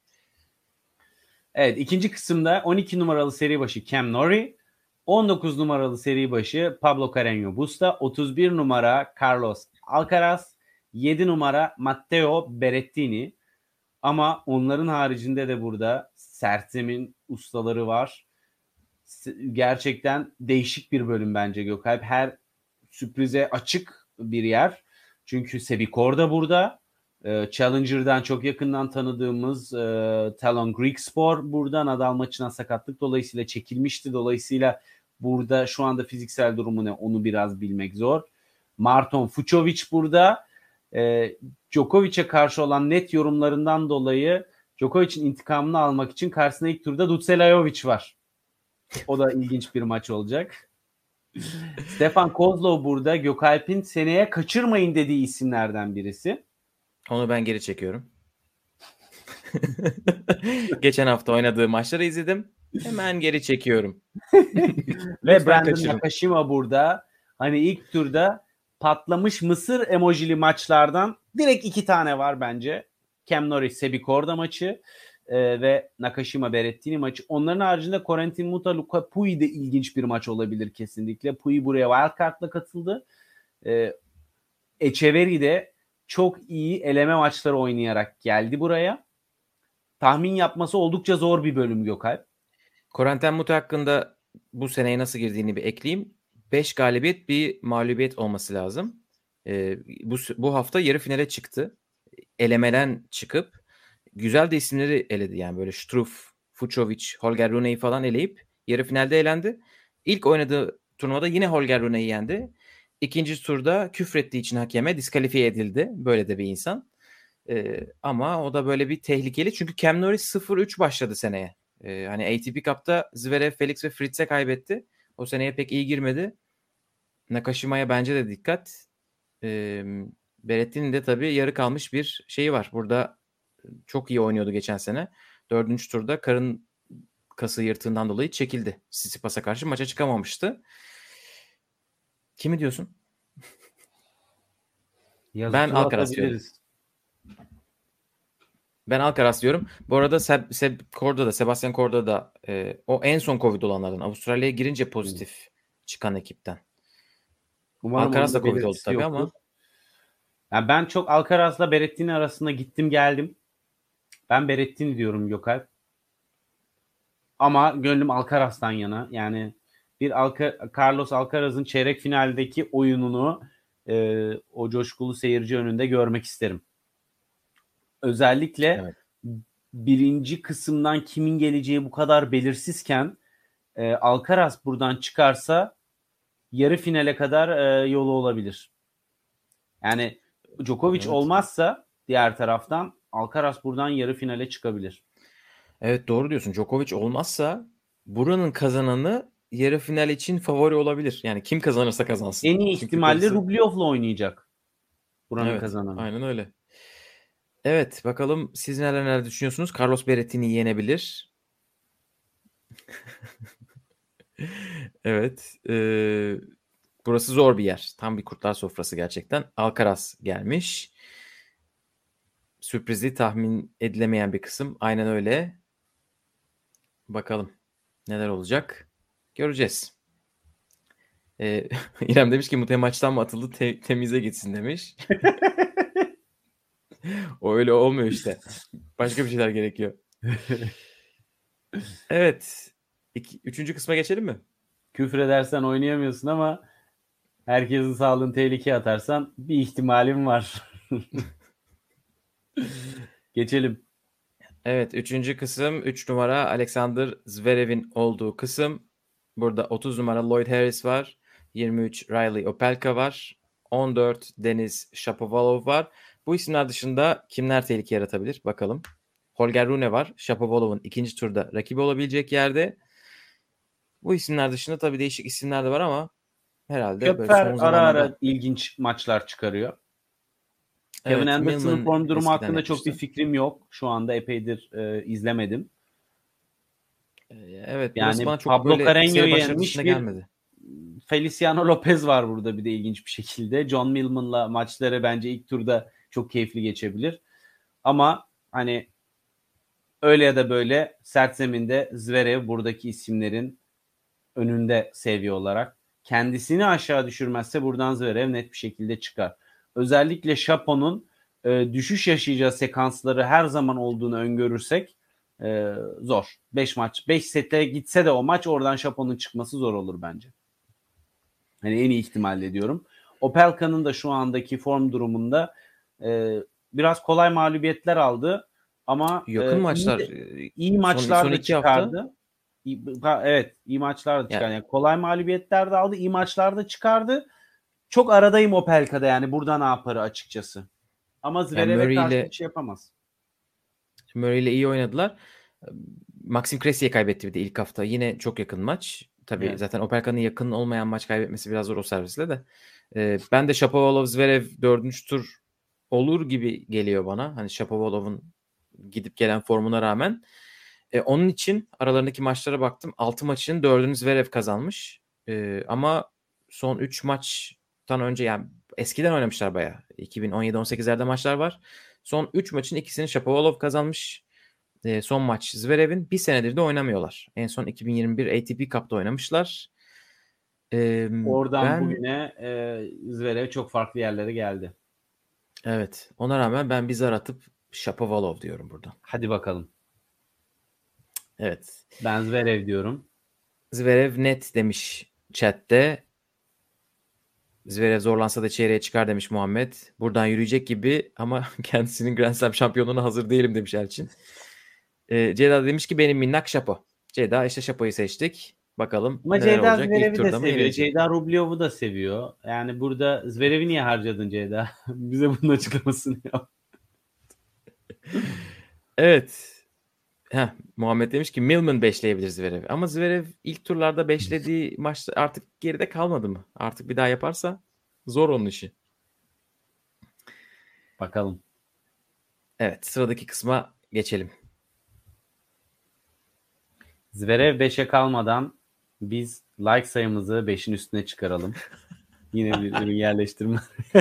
Evet, ikinci kısımda on iki numaralı seri başı Cam Norrie, on dokuz numaralı seri başı Pablo Carreño Busta, otuz bir numara Carlos Alcaraz, yedi numara Matteo Berrettini. Ama onların haricinde de burada sertzemin ustaları var. Gerçekten değişik bir bölüm bence Gökalp. Her sürprize açık bir yer. Çünkü Sebi Korda burada. Challenger'dan çok yakından tanıdığımız e, Talon Griekspoor burada. Nadal maçına sakatlık dolayısıyla çekilmişti. Dolayısıyla burada şu anda fiziksel durumu ne onu biraz bilmek zor. Marton Fucsovics burada. E, Djokovic'e karşı olan net yorumlarından dolayı Djokovic'in intikamını almak için karşısında ilk turda Ducelajovic var. O da ilginç bir maç olacak. Stefan Kozlov burada. Gökalp'in seneye kaçırmayın dediği isimlerden birisi. Onu ben geri çekiyorum. Geçen hafta oynadığı maçları izledim. Hemen geri çekiyorum. Ve Brandon kaçırın. Nakashima burada. Hani ilk turda patlamış mısır emojili maçlardan direkt iki tane var bence. Cam Norrie Sebi Korda maçı e, ve Nakashima Berrettini maçı. Onların haricinde Corentin Mouta Luca Pouille de ilginç bir maç olabilir kesinlikle. Pouille buraya wildcard'la katıldı. E, Echeverry de çok iyi eleme maçları oynayarak geldi buraya. Tahmin yapması oldukça zor bir bölüm Gökalp. Corentin Mouta hakkında bu seneye nasıl girdiğini bir ekleyeyim. beş galibiyet bir mağlubiyet olması lazım. Ee, bu, bu hafta yarı finale çıktı. Elemeden çıkıp güzel de isimleri eledi. Yani böyle Struff, Fucsovics, Holger Rune'yi falan eleyip yarı finalde elendi. İlk oynadığı turnuvada yine Holger Rune'yi yendi. İkinci turda küfrettiği için hakeme diskalifiye edildi. Böyle de bir insan. Ee, ama o da böyle bir tehlikeli. Çünkü Cam Norrie sıfır üç başladı seneye. Ee, hani A T P Cup'ta Zverev, Felix ve Fritz'e kaybetti. O seneye pek iyi girmedi. Nakashima'ya bence de dikkat. Ee, Berrettini'nin de tabii yarı kalmış bir şeyi var. Burada çok iyi oynuyordu geçen sene. Dördüncü turda karın kası yırtığından dolayı çekildi. Tsitsipas'a karşı maça çıkamamıştı. Kimi diyorsun? Yazı Ben tura Alcaraz diyorum. atabiliriz. Ben Alcaraz diyorum. Bu arada Seb, Seb Korda da, Sebastian Korda da e, o en son Covid olanlardan. Avustralya'ya girince pozitif çıkan ekipten. Umarım Alcaraz da onun da Covid oldu belirtisi tabii yoktur. ama. Yani ben çok Alcaraz'la Berrettini arasında gittim geldim. Ben Berrettini diyorum Gökalp. Ama gönlüm Alcaraz'tan yana. Yani bir Alca- Carlos Alcaraz'ın çeyrek finaldeki oyununu e, o coşkulu seyirci önünde görmek isterim. Özellikle Evet. birinci kısımdan kimin geleceği bu kadar belirsizken e, Alcaraz buradan çıkarsa yarı finale kadar e, yolu olabilir. Yani Djokovic Evet. olmazsa diğer taraftan Alcaraz buradan yarı finale çıkabilir. Evet, doğru diyorsun. Djokovic olmazsa buranın kazananı yarı final için favori olabilir. Yani kim kazanırsa kazansın. En iyi Çünkü ihtimalle karısı- Rublyov'la oynayacak. Buranın Evet, kazananı. aynen öyle. Evet, bakalım siz neler neler düşünüyorsunuz? Carlos Berrettini yenebilir. Evet. E, burası zor bir yer. Tam bir kurtlar sofrası gerçekten. Alcaraz gelmiş. Sürprizi tahmin edilemeyen bir kısım. Aynen öyle. Bakalım neler olacak. Göreceğiz. Ee, İrem demiş ki Mute maçtan mı atıldı te- temize gitsin demiş. O öyle olmuyor işte. Başka bir şeyler gerekiyor. Evet. İki, üçüncü kısma geçelim mi? Küfür edersen oynayamıyorsun ama herkesin sağlığını tehlikeye atarsan bir ihtimalim var. Geçelim. Evet. Üçüncü kısım. Üç numara Alexander Zverev'in olduğu kısım. Burada otuz numara Lloyd Harris var. yirmi üç Riley Opelka var. on dört Deniz Shapovalov var. Bu isimler dışında kimler tehlike yaratabilir? Bakalım. Holger Rune var. Shapovalov'un ikinci turda rakibi olabilecek yerde. Bu isimler dışında tabii değişik isimler de var ama herhalde böyle Köpfer son ara zamanlarda. ara ilginç maçlar çıkarıyor. Kevin Evet, Anderson'ın Millman form durumu eskiden hakkında çok bir yapmıştı. fikrim yok. Şu anda epeydir e, izlemedim. Ee, Evet, burası Yani bana çok Pablo böyle Carreño'yu seri başları dışında yenmiş bir gelmedi. Feliciano Lopez var burada bir de ilginç bir şekilde. John Millman'la maçları bence ilk turda çok keyifli geçebilir. Ama hani öyle ya da böyle sert zeminde Zverev buradaki isimlerin önünde seviye olarak. Kendisini aşağı düşürmezse buradan Zverev net bir şekilde çıkar. Özellikle Shapo'nun e, düşüş yaşayacağı sekansları her zaman olduğunu öngörürsek e, zor. beş maç, beş sete gitse de o maç oradan Shapo'nun çıkması zor olur bence. Hani en iyi ihtimalle diyorum. Opelka'nın da şu andaki form durumunda e, biraz kolay mağlubiyetler aldı ama Yakın e, iyi, maçlar de, e, iyi son maçlar son da iki hafta. çıkardı. İyi, ha, evet iyi maçlar da Ya, çıkardı. Yani kolay mağlubiyetler de aldı, iyi maçlar da çıkardı. Çok aradayım Opelka'da yani burada ne yaparı açıkçası. Ama yani Zverev'e Murray karşı bir ile şey yapamaz. Murray ile iyi oynadılar. Maxim Cressier'e kaybetti bir de ilk hafta. Yine çok yakın maç. Tabii Evet. zaten Opelka'nın yakın olmayan maç kaybetmesi biraz zor o servisle de. Ee, ben de Shapovalov Zverev dördüncü tur olur gibi geliyor bana. Hani Shapovalov'un gidip gelen formuna rağmen. E, onun için aralarındaki maçlara baktım. altı maçın dördünü Zverev kazanmış. E, ama son üç maçtan önce yani eskiden oynamışlar bayağı. iki bin on yedi on sekizlerde maçlar var. Son üç maçın ikisini Shapovalov kazanmış. E, son maç Zverev'in. Bir senedir de oynamıyorlar. En son iki bin yirmi bir A T P Cup'ta oynamışlar. E, Oradan ben bugüne e, Zverev çok farklı yerlere geldi. evet ona rağmen ben bir zar atıp Shapovalov diyorum buradan. Hadi bakalım. Evet. Ben Zverev diyorum. Zverev net demiş chatte. Zverev zorlansa da çeyreğe çıkar demiş Muhammed. Buradan yürüyecek gibi ama kendisinin Grand Slam şampiyonluğuna hazır değilim demiş Elçin. Ee, Ceyda demiş ki benim minnak Şapo. Ceyda işte Şapo'yu seçtik. Bakalım Ama neler Ceyda olacak. İlk Zverev'i de turda mı seviyor. yenilecek? Ceyda Rublev'u da seviyor. Yani burada Zverev'i niye harcadın Ceyda? Bize bunun açıklamasını yap. Evet. Heh, Muhammed demiş ki Millman beşleyebilir Zverev. Ama Zverev ilk turlarda beşlediği maçta artık geride kalmadı mı? Artık bir daha yaparsa zor onun işi. Bakalım. Evet, sıradaki kısma geçelim. Zverev beşe kalmadan biz like sayımızı beşin üstüne çıkaralım. Yine bir ürün yerleştirme.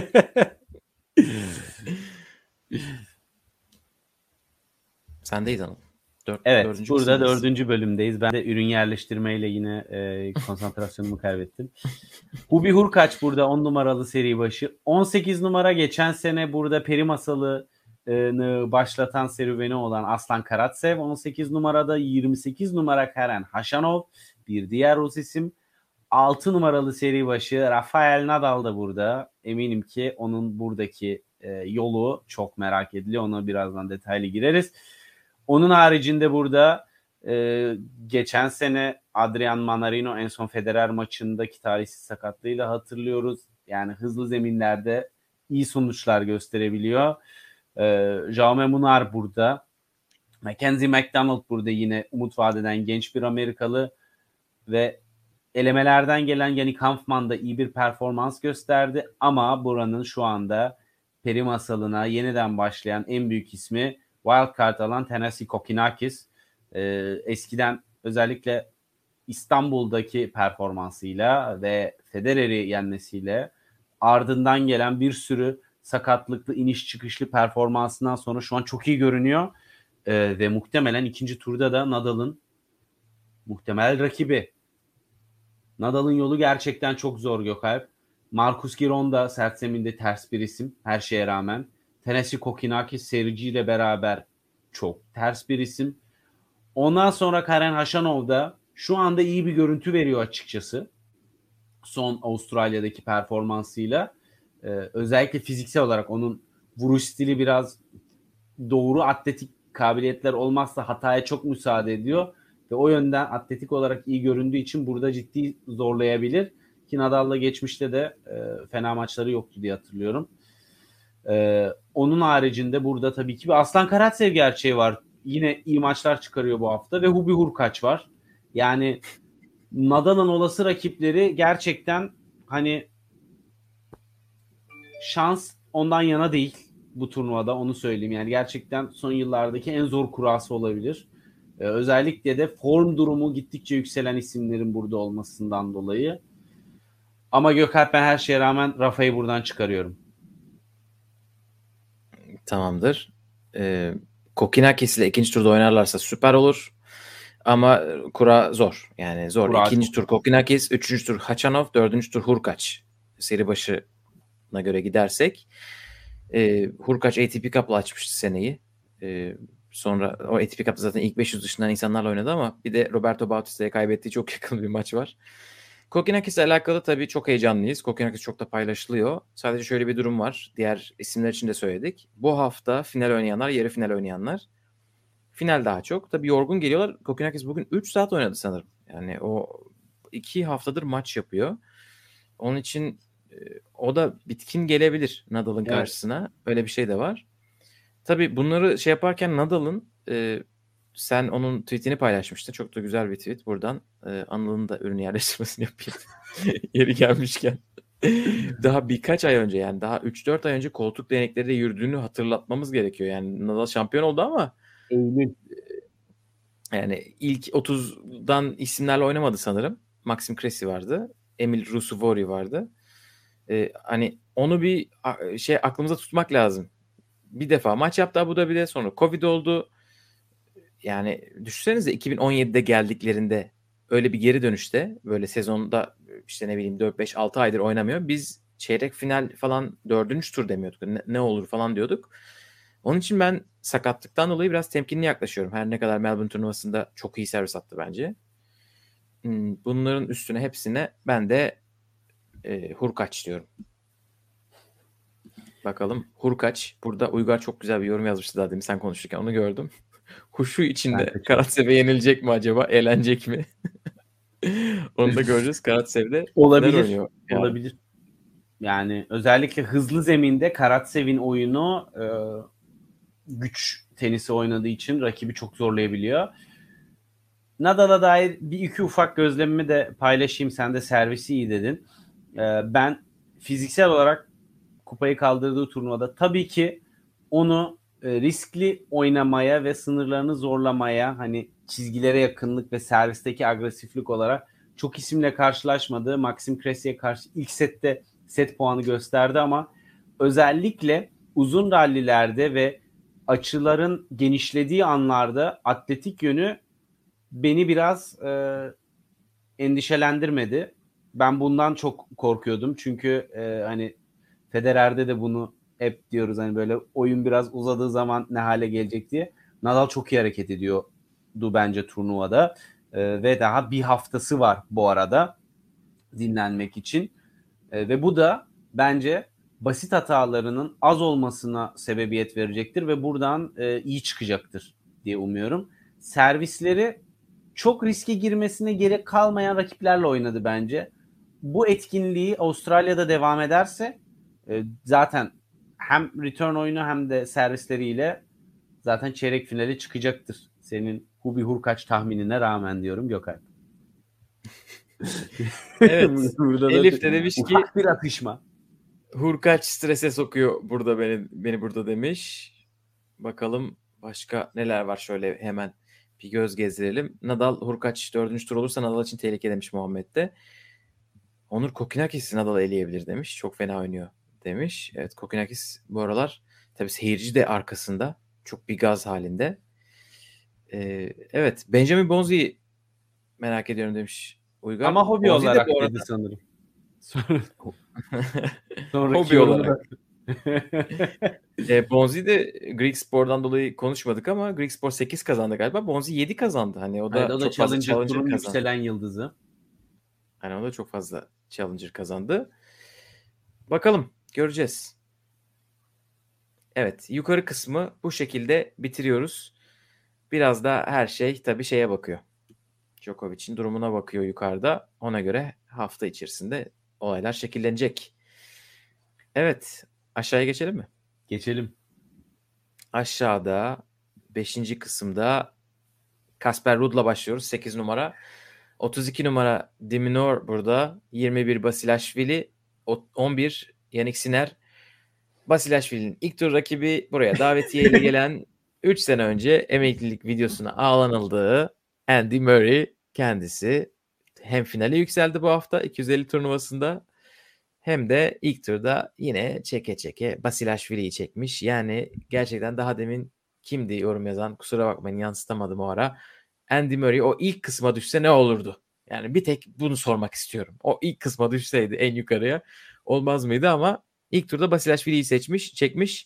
Sendeyiz Anıl. Dört, Evet, dördüncü burada kısımdayız. dördüncü bölümdeyiz. Ben de ürün yerleştirmeyle yine e, konsantrasyonumu kaybettim. Hubi Hurkaç burada on numaralı seri başı. on sekiz numara geçen sene burada peri masalını başlatan serüveni olan Aslan Karatsev. on sekiz numarada yirmi sekiz numara Karen Haşanov. Bir diğer Rus isim. altı numaralı seri başı Rafael Nadal da burada. Eminim ki onun buradaki e, yolu çok merak ediliyor. Ona birazdan detaylı gireriz. Onun haricinde burada e, geçen sene Adrian Manarino en son Federer maçındaki talihsiz sakatlığıyla hatırlıyoruz. Yani hızlı zeminlerde iyi sonuçlar gösterebiliyor. E, Jaume Munar burada. Mackenzie McDonald burada yine umut vadeden genç bir Amerikalı ve elemelerden gelen Yannick Hanfman da iyi bir performans gösterdi ama buranın şu anda peri masalına yeniden başlayan en büyük ismi wildcard alan Thanasi Kokkinakis. Ee, eskiden özellikle İstanbul'daki performansıyla ve Federer'i yenmesiyle ardından gelen bir sürü sakatlıklı iniş çıkışlı performansından sonra şu an çok iyi görünüyor. Ee, ve muhtemelen ikinci turda da Nadal'ın muhtemel rakibi. Nadal'ın yolu gerçekten çok zor Gökalp. Marcus Giron da sert zeminde ters bir isim her şeye rağmen. Thanasi Kokkinakis Sergi ile beraber çok ters bir isim. Ondan sonra Karen Khachanov da şu anda iyi bir görüntü veriyor açıkçası. Son Avustralya'daki performansıyla. Ee, özellikle fiziksel olarak onun vuruş stili biraz doğru atletik kabiliyetler olmazsa hataya çok müsaade ediyor. Ve o yönden atletik olarak iyi göründüğü için burada ciddi zorlayabilir. Ki Nadal'la geçmişte de e, fena maçları yoktu diye hatırlıyorum. E, onun haricinde burada tabii ki bir Aslan Karatsev gerçeği var. Yine iyi maçlar çıkarıyor bu hafta ve Hubi Hurkaç var. Yani Nadal'ın olası rakipleri gerçekten hani şans ondan yana değil bu turnuvada, onu söyleyeyim. Yani gerçekten son yıllardaki en zor kurası olabilir. Ee, özellikle de form durumu gittikçe yükselen isimlerin burada olmasından dolayı. Ama Gökalp, ben her şeye rağmen Rafa'yı buradan çıkarıyorum. Tamamdır. Ee, Kokkinakis ile ikinci turda oynarlarsa süper olur. Ama kura zor. Yani zor. Kura İkinci çok tur Kokkinakis, üçüncü tur Khachanov, dördüncü tur Hurkaç. Seri başına göre gidersek. E, Hurkaç A T P Cup'la açmıştı seneyi. E, sonra o A T P Cup'ta zaten ilk beş yüz dışından insanlarla oynadı ama bir de Roberto Bautista'ya kaybettiği çok yakın bir maç var. Kokkinakis ile alakalı tabii çok heyecanlıyız. Kokkinakis çok da paylaşılıyor. Sadece şöyle bir durum var. Diğer isimler için de söyledik. Bu hafta final oynayanlar, yarı final oynayanlar. Final daha çok. Tabii yorgun geliyorlar. Kokkinakis bugün üç saat oynadı sanırım. Yani o iki haftadır maç yapıyor. Onun için e, o da bitkin gelebilir Nadal'ın Evet. karşısına. Öyle bir şey de var. Tabii bunları şey yaparken Nadal'ın e, sen onun tweetini paylaşmıştın. Çok da güzel bir tweet. Buradan e, Anıl'ın da ürünü yerleştirmesini yapayım. Yeri gelmişken. Daha birkaç ay önce, yani daha üç dört ay önce koltuk değnekleriyle yürüdüğünü hatırlatmamız gerekiyor. Yani Nadal şampiyon oldu ama Eylül. yani ilk otuzdan isimlerle oynamadı sanırım. Maxim Cressy vardı. Emil Rusuvori vardı. Ee, hani onu bir şey aklımıza tutmak lazım. Bir defa maç yaptı Abu Dhabi'de, sonra Covid oldu. Yani düşünsenize iki bin on yedide geldiklerinde öyle bir geri dönüşte, böyle sezonda işte ne bileyim dört beş altı aydır oynamıyor. Biz çeyrek final falan dördüncü tur demiyorduk. Ne, ne olur falan diyorduk. Onun için ben sakatlıktan dolayı biraz temkinli yaklaşıyorum. Her ne kadar Melbourne turnuvasında çok iyi servis attı bence. Bunların üstüne hepsine ben de e, Hurkaç diyorum. Bakalım Hurkaç. Burada Uygar çok güzel bir yorum yazmıştı daha demin sen konuşurken, onu gördüm. Huşu içinde Karatsev'e yenilecek mi acaba? Eğlenecek mi? Onu da göreceğiz. Karatsev'de Olabilir. oynuyor yani. Olabilir. Yani özellikle hızlı zeminde Karatsev'in oyunu e, güç tenisi oynadığı için rakibi çok zorlayabiliyor. Nadal'a dair bir iki ufak gözlemimi de paylaşayım. Sen de servisi iyi dedin. E, ben fiziksel olarak kupayı kaldırdığı turnuvada tabii ki onu e, riskli oynamaya ve sınırlarını zorlamaya, hani çizgilere yakınlık ve servisteki agresiflik olarak çok isimle karşılaşmadı. Maxim Cressy'ye karşı ilk sette set puanı gösterdi ama özellikle uzun rallilerde ve açıların genişlediği anlarda atletik yönü beni biraz e, endişelendirmedi. Ben bundan çok korkuyordum. Çünkü e, hani Federer'de de bunu hep diyoruz, hani böyle oyun biraz uzadığı zaman ne hale gelecek diye. Nadal çok iyi hareket ediyordu bence turnuvada. E, ve daha bir haftası var bu arada dinlenmek için. E, ve bu da bence basit hatalarının az olmasına sebebiyet verecektir ve buradan e, iyi çıkacaktır diye umuyorum. Servisleri çok riske girmesine gerek kalmayan rakiplerle oynadı bence. Bu etkinliği Avustralya'da devam ederse e, zaten hem return oyunu hem de servisleriyle zaten çeyrek finale çıkacaktır. Senin Hubi Hurkaç tahminine rağmen diyorum Gökhan. Evet. Burada da Elif de demiş ki ufak bir atışma. Hurkaç strese sokuyor burada beni beni burada demiş. Bakalım başka neler var, şöyle hemen bir göz gezdirelim. Nadal Hurkaç dördüncü tur olursa Nadal için tehlike demiş Muhammed de. Onur Kokinakis Nadal'ı eleyebilir demiş. Çok fena oynuyor demiş. Evet, Kokinakis bu aralar tabii seyirci de arkasında. Çok bir gaz halinde. Ee, evet, Benjamin Bonzi'yi merak ediyorum demiş Uygar. Ama hobi Bonzi de olarak bu arada dedi sanırım. Sonra, sonraki hobi yorumu olarak. da. E, Bonzi de Greek Spor'dan dolayı konuşmadık ama Greek Spor sekiz kazandı galiba. Bonzi yedi kazandı. Hani o da, Evet, o da çok fazla Challenger Challenger turun kazandı. yükselen yıldızı. Hani o da çok fazla Challenger kazandı. Bakalım, göreceğiz. Evet, yukarı kısmı bu şekilde bitiriyoruz. Biraz da her şey tabii şeye bakıyor. Djokovic'in durumuna bakıyor yukarıda. Ona göre hafta içerisinde olaylar şekillenecek. Evet, aşağıya geçelim mi? Geçelim. Aşağıda beşinci kısımda Casper Ruud'la başlıyoruz. sekiz numara. otuz iki numara de Minaur burada. yirmi bir Basilashvili. on bir Yannick Sinner. Basilashvili'nin ilk tur rakibi, buraya davetiyeyle gelen üç sene önce emeklilik videosuna ağlanıldığı Andy Murray kendisi hem finale yükseldi bu hafta iki yüz elli turnuvasında, hem de ilk turda yine çeke çeke Basilashvili'yi çekmiş. Yani gerçekten daha demin kimdi yorum yazan, kusura bakmayın yansıtamadım o ara. Andy Murray o ilk kısma düşse ne olurdu? Yani bir tek bunu sormak istiyorum. O ilk kısma düşseydi en yukarıya olmaz mıydı, ama ilk turda Basilashvili'yi seçmiş, çekmiş.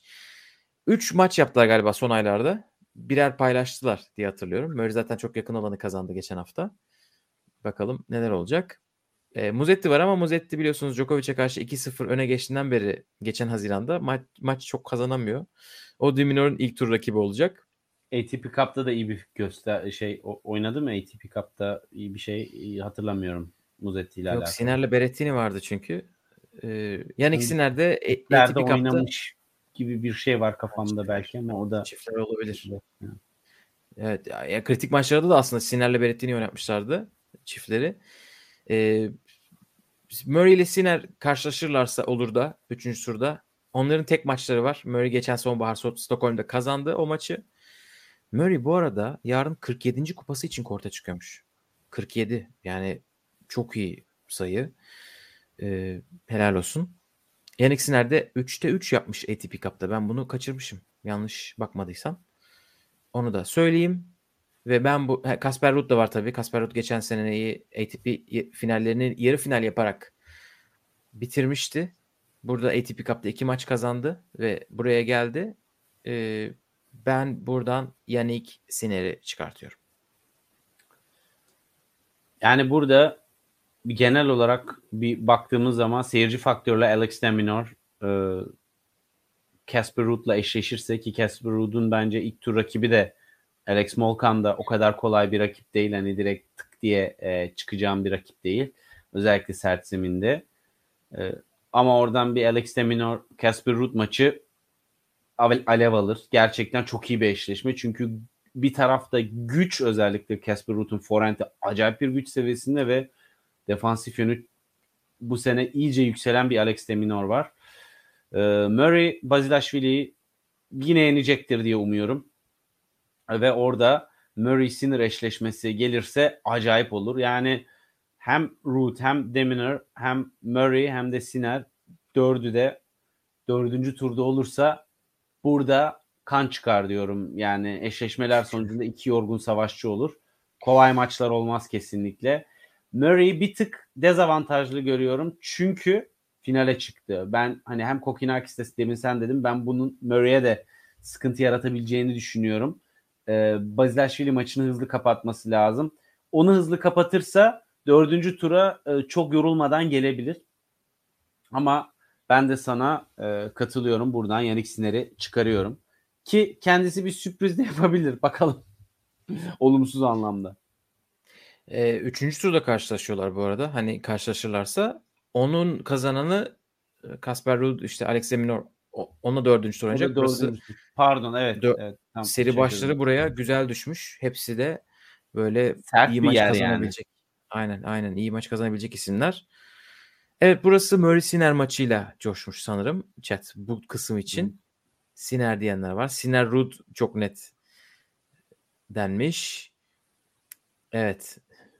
üç maç yaptılar galiba son aylarda. Birer paylaştılar diye hatırlıyorum. Murray zaten çok yakın olanı kazandı geçen hafta. Bakalım neler olacak. E, Musetti var ama Musetti biliyorsunuz Djokovic'e karşı iki sıfır öne geçtiğinden beri geçen Haziran'da maç, maç çok kazanamıyor. O de Minaur'un ilk tur rakibi olacak. A T P Cup'ta da iyi bir göster şey oynadı mı? A T P Cup'ta iyi bir şey iyi hatırlamıyorum Musetti ile Yok, alakalı. Sinner'le Berrettini vardı çünkü. Ee, Yannick Sinner de A T Nerede P Cup'ta oynamış gibi bir şey var kafamda belki ama o da çiftler olabilir. Evet. Evet, ya, ya kritik maçlarda da aslında Sinner'le Berrettini oynatmışlardı çiftleri. Ee, Murray ile Sinner karşılaşırlarsa olur da üçüncü turda. Onların tek maçları var. Murray geçen sonbahar Stockholm'da kazandı o maçı. Murray bu arada yarın kırk yedinci kupası için korta çıkıyormuş. kırk yedi, yani çok iyi sayı. Ee, helal olsun. Yannick Sinner de üçte üç yapmış A T P Cup'ta. Ben bunu kaçırmışım. Yanlış bakmadıysam. Onu da söyleyeyim. Ve ben bu Casper Ruud da var tabii. Casper Ruud geçen seneyi A T P finallerini yarı final yaparak bitirmişti. Burada A T P Cup'ta iki maç kazandı ve buraya geldi. Ee, ben buradan Yannick Sinner'i çıkartıyorum. Yani burada genel olarak bir baktığımız zaman seyirci faktörle Alex de Minaur Casper Ruud'la eşleşirse, ki Casper Ruud'un bence ilk tur rakibi de Alex Molcan da o kadar kolay bir rakip değil. Hani direkt tık diye e, çıkacağım bir rakip değil. Özellikle sert zeminde. E, ama oradan bir Alex de Minaur Casper Ruud maçı alev alır. Gerçekten çok iyi bir eşleşme. Çünkü bir tarafta güç, özellikle Casper Ruud'un forehand'i acayip bir güç seviyesinde ve defansif yönü bu sene iyice yükselen bir Alex de Minaur var. Ee, Murray Basilashvili'yi yine yenecektir diye umuyorum. Ve orada Murray-Sinner eşleşmesi gelirse acayip olur. Yani hem Ruud hem de Minaur hem Murray hem de Sinner dördü de dördüncü turda olursa burada kan çıkar diyorum. Yani eşleşmeler sonucunda iki yorgun savaşçı olur. Kolay maçlar olmaz kesinlikle. Murray'i bir tık dezavantajlı görüyorum. Çünkü finale çıktı. Ben hani hem Kokinakis'te demin sen dedim, ben bunun Murray'e de sıkıntı yaratabileceğini düşünüyorum. Ee, Basilashvili maçını hızlı kapatması lazım. Onu hızlı kapatırsa dördüncü tura e, çok yorulmadan gelebilir. Ama ben de sana e, katılıyorum. Buradan Yannick Sinner'i çıkarıyorum. Ki kendisi bir sürpriz de yapabilir. Bakalım. Olumsuz anlamda. Ee, üçüncü turda karşılaşıyorlar bu arada. Hani karşılaşırlarsa onun kazananı Casper Ruud, işte Alex de Minaur, ona dördüncü tur oynayacak. Burası Pardon evet. dö- evet tamam, seri başları ederim. buraya güzel düşmüş. Hepsi de böyle Sert iyi bir maç yer kazanabilecek. Aynen aynen iyi maç kazanabilecek isimler. Evet burası Murray Sinner maçıyla coşmuş sanırım chat bu kısım için. Hı. Sinner diyenler var. Sinner Ruud çok net denmiş. Evet.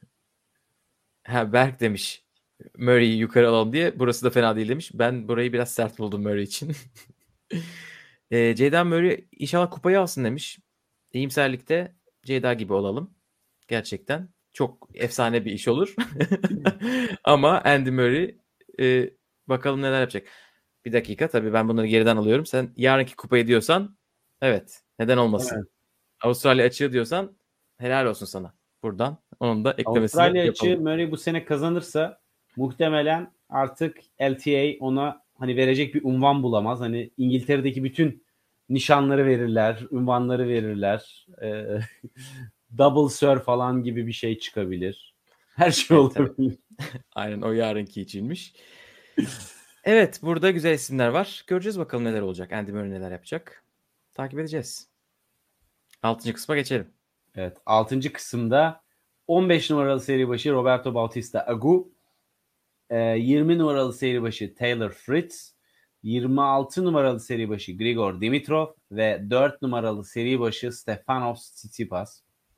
Ha Berk demiş. Murray'i yukarı alalım diye. Burası da fena değil demiş. Ben burayı biraz sert buldum Murray için. e, Ceyda Murray inşallah kupayı alsın demiş. İyimserlikte Ceyda gibi olalım. Gerçekten. Çok efsane bir iş olur. Ama Andy Murray e, bakalım neler yapacak. Bir dakika tabii ben bunları geriden alıyorum. Sen yarınki kupayı diyorsan evet neden olmasın. Evet. Avustralya açığı diyorsan helal olsun sana. Buradan onun da eklemesini Avustralya yapalım. açığı Murray bu sene kazanırsa muhtemelen artık L T A ona hani verecek bir unvan bulamaz. Hani İngiltere'deki bütün nişanları verirler, unvanları verirler. Ee, double sir falan gibi bir şey çıkabilir. Her şey Evet, olabilir. Aynen o yarınki içinmiş. Evet burada güzel isimler var. Göreceğiz bakalım neler olacak. Andy Murray neler yapacak. Takip edeceğiz. Altıncı kısma geçelim. Evet altıncı kısımda on beş numaralı seri başı Roberto Bautista Agut, yirmi numaralı seri başı Taylor Fritz, yirmi altı numaralı seri başı Grigor Dimitrov ve dört numaralı seri başı Stefanos Tsitsipas.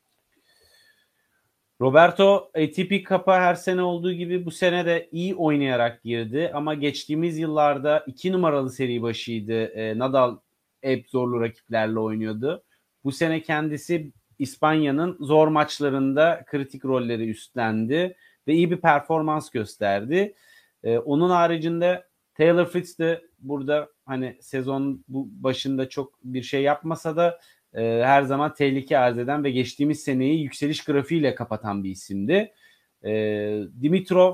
Roberto A T P Cup'a her sene olduğu gibi bu sene de iyi oynayarak girdi ama geçtiğimiz yıllarda iki numaralı seri başıydı. E, Nadal hep zorlu rakiplerle oynuyordu. Bu sene kendisi İspanya'nın zor maçlarında kritik rolleri üstlendi ve iyi bir performans gösterdi. E, onun haricinde Taylor Fritz de burada hani sezon bu başında çok bir şey yapmasa da e, her zaman tehlike arz eden ve geçtiğimiz seneyi yükseliş grafiğiyle kapatan bir isimdi. E, Dimitrov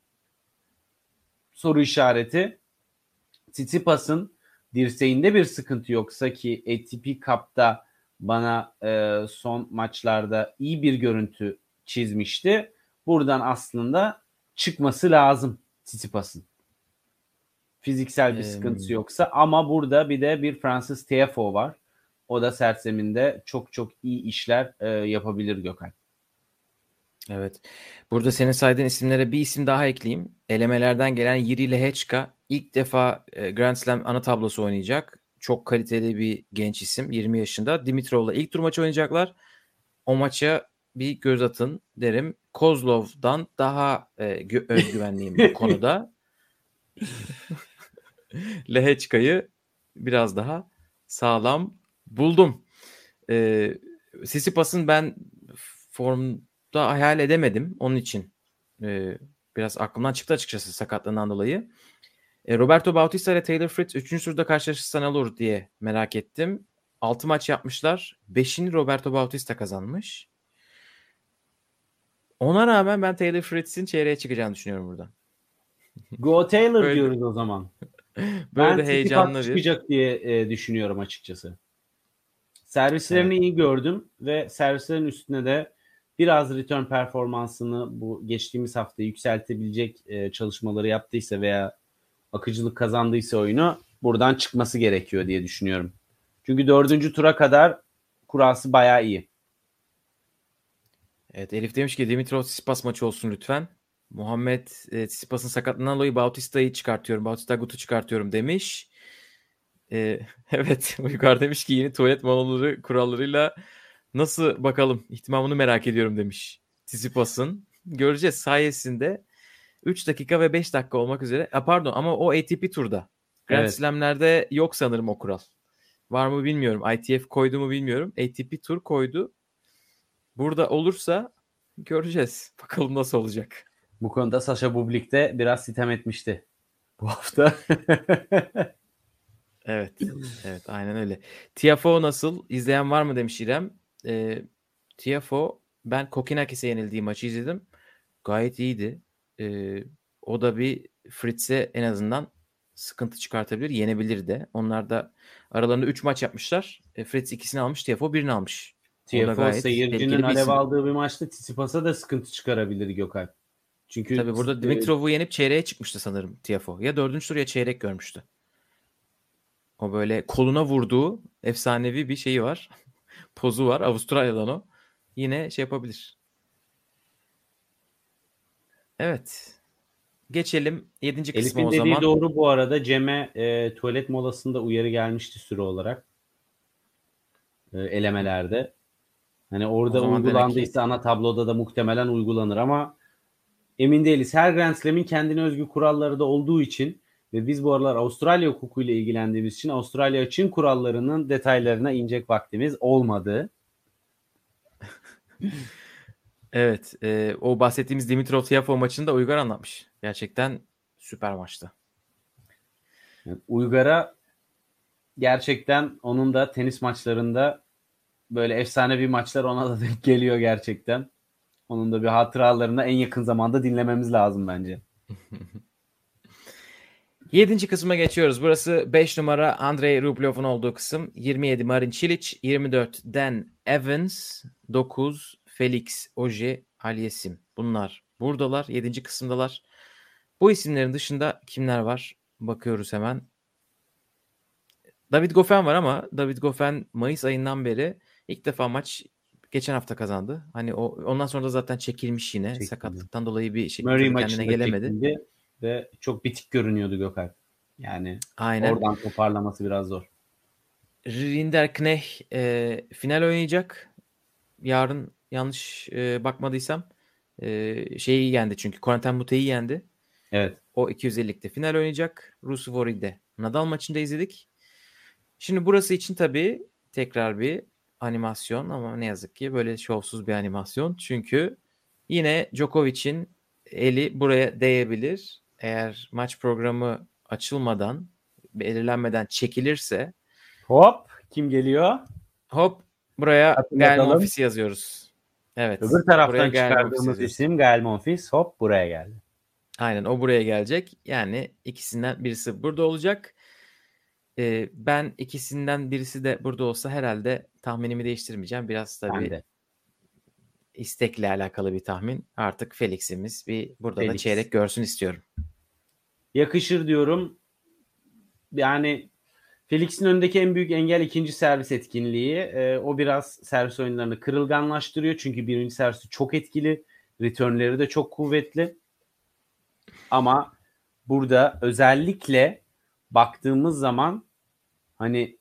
soru işareti. Tsitsipas'ın dirseğinde bir sıkıntı yoksa ki A T P Cup'ta bana e, son maçlarda iyi bir görüntü çizmişti. Buradan aslında çıkması lazım Tsitsipas'ın. Fiziksel bir ee, sıkıntısı yoksa ama burada bir de bir Francis Tiafoe var. O da sert zeminde çok çok iyi işler e, yapabilir Gökhan. Evet. Burada senin saydığın isimlere bir isim daha ekleyeyim. Elemelerden gelen Jiri Lehečka ilk defa e, Grand Slam ana tablosu oynayacak. Çok kaliteli bir genç isim. yirmi yaşında. Dimitrov'la ilk tur maçı oynayacaklar. O maça bir göz atın derim. Kozlov'dan daha e, gö- özgüvenliyim bu konuda. Lehečka'yı biraz daha sağlam buldum. E, Tsitsipas'ın ben formda hayal edemedim. Onun için e, biraz aklımdan çıktı açıkçası sakatlığından dolayı. E, Roberto Bautista ile Taylor Fritz üçüncü turda karşılaşırsa ne olur diye merak ettim. altı maç yapmışlar. beşini Roberto Bautista kazanmış. Ona rağmen ben Taylor Fritz'in çeyreğe çıkacağını düşünüyorum burada. Go Taylor böyle, diyoruz o zaman. Böyle ben heyecanlı bir çıkacak diye e, düşünüyorum açıkçası. Servislerini evet. iyi gördüm ve servislerin üstüne de biraz return performansını bu geçtiğimiz hafta yükseltebilecek e, çalışmaları yaptıysa veya akıcılık kazandıysa oyunu buradan çıkması gerekiyor diye düşünüyorum. Çünkü dördüncü tura kadar kurası bayağı iyi. Evet Elif demiş ki Dimitrov Tsitsipas maçı olsun lütfen. Muhammed e, Tsitsipas'ın sakatlığından dolayı Bautista'yı çıkartıyorum. Bautista Agut'u çıkartıyorum demiş. E, evet Uygar demiş ki yeni tuvalet molaları kurallarıyla nasıl bakalım ihtimamını merak ediyorum demiş. Tsitsipas'ın. Göreceğiz sayesinde üç dakika ve beş dakika olmak üzere. A, pardon ama o A T P turda. Grand evet. Slam'lerde yok sanırım o kural. Var mı bilmiyorum. I T F koydu mu bilmiyorum. A T P tur koydu. Burada olursa göreceğiz. Bakalım nasıl olacak. Bu konuda Sasha Bublik de biraz sitem etmişti bu hafta. Evet. Evet aynen öyle. Tiafoe nasıl? İzleyen var mı demiş İrem. E, Tiafoe ben Kokinakis'e yenildiği maçı izledim. Gayet iyiydi. E, o da bir Fritz'e en azından sıkıntı çıkartabilir. Yenebilir de. Onlar da aralarında üç maç yapmışlar. E, Fritz ikisini almış. Tiafoe birini almış. Tiafoe seyircinin alev isim. aldığı bir maçta Tsitsipas'a da sıkıntı çıkarabilir Gökhan. Çünkü tabii burada Dimitrov'u yenip çeyreğe çıkmıştı sanırım Tiafoe. Ya dördüncü tur ya çeyrek görmüştü. O böyle koluna vurduğu efsanevi bir şeyi var. Pozu var. Avustralya'dan o. Yine şey yapabilir. Evet. Geçelim yedinci kısmı Elif'in o dediği zaman. doğru bu arada. Cem'e e, tuvalet molasında uyarı gelmişti süre olarak. E, elemelerde. Hani O orada zaman demek ki uygulandıysa ana tabloda da muhtemelen uygulanır ama emin değiliz. Her Grand Slam'in kendine özgü kuralları da olduğu için ve biz bu aralar Avustralya hukukuyla ilgilendiğimiz için Avustralya Çin kurallarının detaylarına inecek vaktimiz olmadı. evet, e, o bahsettiğimiz Dimitrov Tiafoe maçını da Uygar anlatmış. Gerçekten süper maçtı. Yani Uygar'a gerçekten onun da tenis maçlarında böyle efsane bir maçlar ona da denk geliyor gerçekten. Onun da bir hatıralarını en yakın zamanda dinlememiz lazım bence. Yedinci kısma geçiyoruz. Burası beş numara Andrei Rublev'in olduğu kısım. yirmi yedi Marin Cilic, yirmi dört Dan Evans, dokuz Felix Auger-Aliassime. Bunlar buradalar. yedinci kısımdalar. Bu isimlerin dışında kimler var? Bakıyoruz hemen. David Goffin var ama David Goffin Mayıs ayından beri ilk defa maç geçen hafta kazandı. Hani o ondan sonra da zaten çekilmiş yine. Çekildi. Sakatlıktan dolayı bir şey, bir Murray türlü kendine maçında gelemedi. çekildi ve çok bitik görünüyordu Gökalp. Yani Aynen. oradan toparlaması biraz zor. Rinderknech e, final oynayacak. Yarın yanlış e, bakmadıysam e, şeyi yendi çünkü Corentin Moutet'i yendi. Evet. O iki yüz ellilikte final oynayacak. Ruusuvuori'de Nadal maçında izledik. Şimdi burası için tabii tekrar bir animasyon ama ne yazık ki böyle şovsuz bir animasyon. Çünkü yine Djokovic'in eli buraya değebilir. Eğer maç programı açılmadan, belirlenmeden çekilirse Hop kim geliyor? hop buraya Gael Hatırlatalım. Monfils'i yazıyoruz. Evet. Öbür Buraya taraftan Gael Monfils'i çıkardığımız yazıyoruz. isim Gael Monfils hop buraya geldi. Aynen o buraya gelecek. Yani ikisinden birisi burada olacak. Ee, ben ikisinden birisi de burada olsa herhalde tahminimi değiştirmeyeceğim. Biraz Ben tabii de. istekle alakalı bir tahmin. Artık Felix'imiz bir burada da Felix. çeyrek görsün istiyorum. Yakışır diyorum. Yani Felix'in önündeki en büyük engel ikinci servis etkinliği. Ee, o biraz servis oyunlarını kırılganlaştırıyor. Çünkü birinci servisi çok etkili. Returnleri de çok kuvvetli. Ama burada özellikle baktığımız zaman hani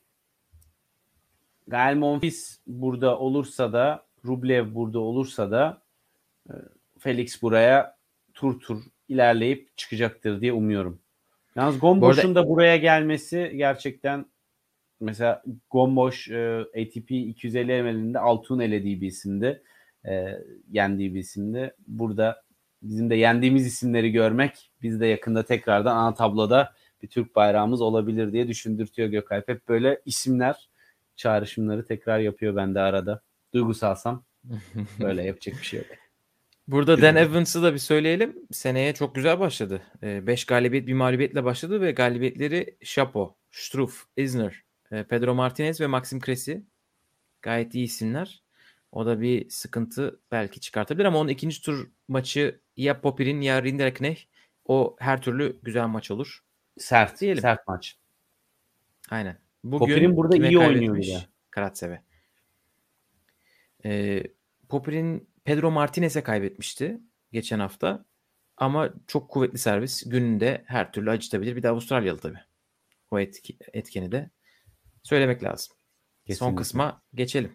Gael Monfils burada olursa da Rublev burada olursa da Felix buraya tur tur ilerleyip çıkacaktır diye umuyorum. Yalnız Gomboş'un arada... da buraya gelmesi gerçekten mesela Gomboş e, A T P iki yüz elli elemelinde Altun elediği bir isimdi. E, yendiği bir isimdi. Burada bizim de yendiğimiz isimleri görmek biz de yakında tekrardan ana tabloda bir Türk bayrağımız olabilir diye düşündürtüyor Gökalp. Hep böyle isimler çağrışımları tekrar yapıyor bende arada. Duygusalsam böyle yapacak bir şey yok. Burada Dan Evans'ı da bir söyleyelim. Seneye çok güzel başladı. beş galibiyet bir mağlubiyetle başladı ve galibiyetleri Shapo, Struff, Isner, Pedro Martinez ve Maxim Cressy. Gayet iyi isimler. O da bir sıkıntı belki çıkartabilir ama onun ikinci tur maçı ya Popir'in ya Rinderknech. O her türlü güzel maç olur. Sert, diyelim. Sert maç. Aynen. Bugün Popir'in burada iyi oynuyor bile. Karatsev'e. Ee, Popir'in Pedro Martinez'e kaybetmişti geçen hafta. Ama çok kuvvetli servis. Gününde her türlü acıtabilir. Bir de Avustralyalı tabii. O etki, etkeni de söylemek lazım. Kesinlikle. Son kısma geçelim.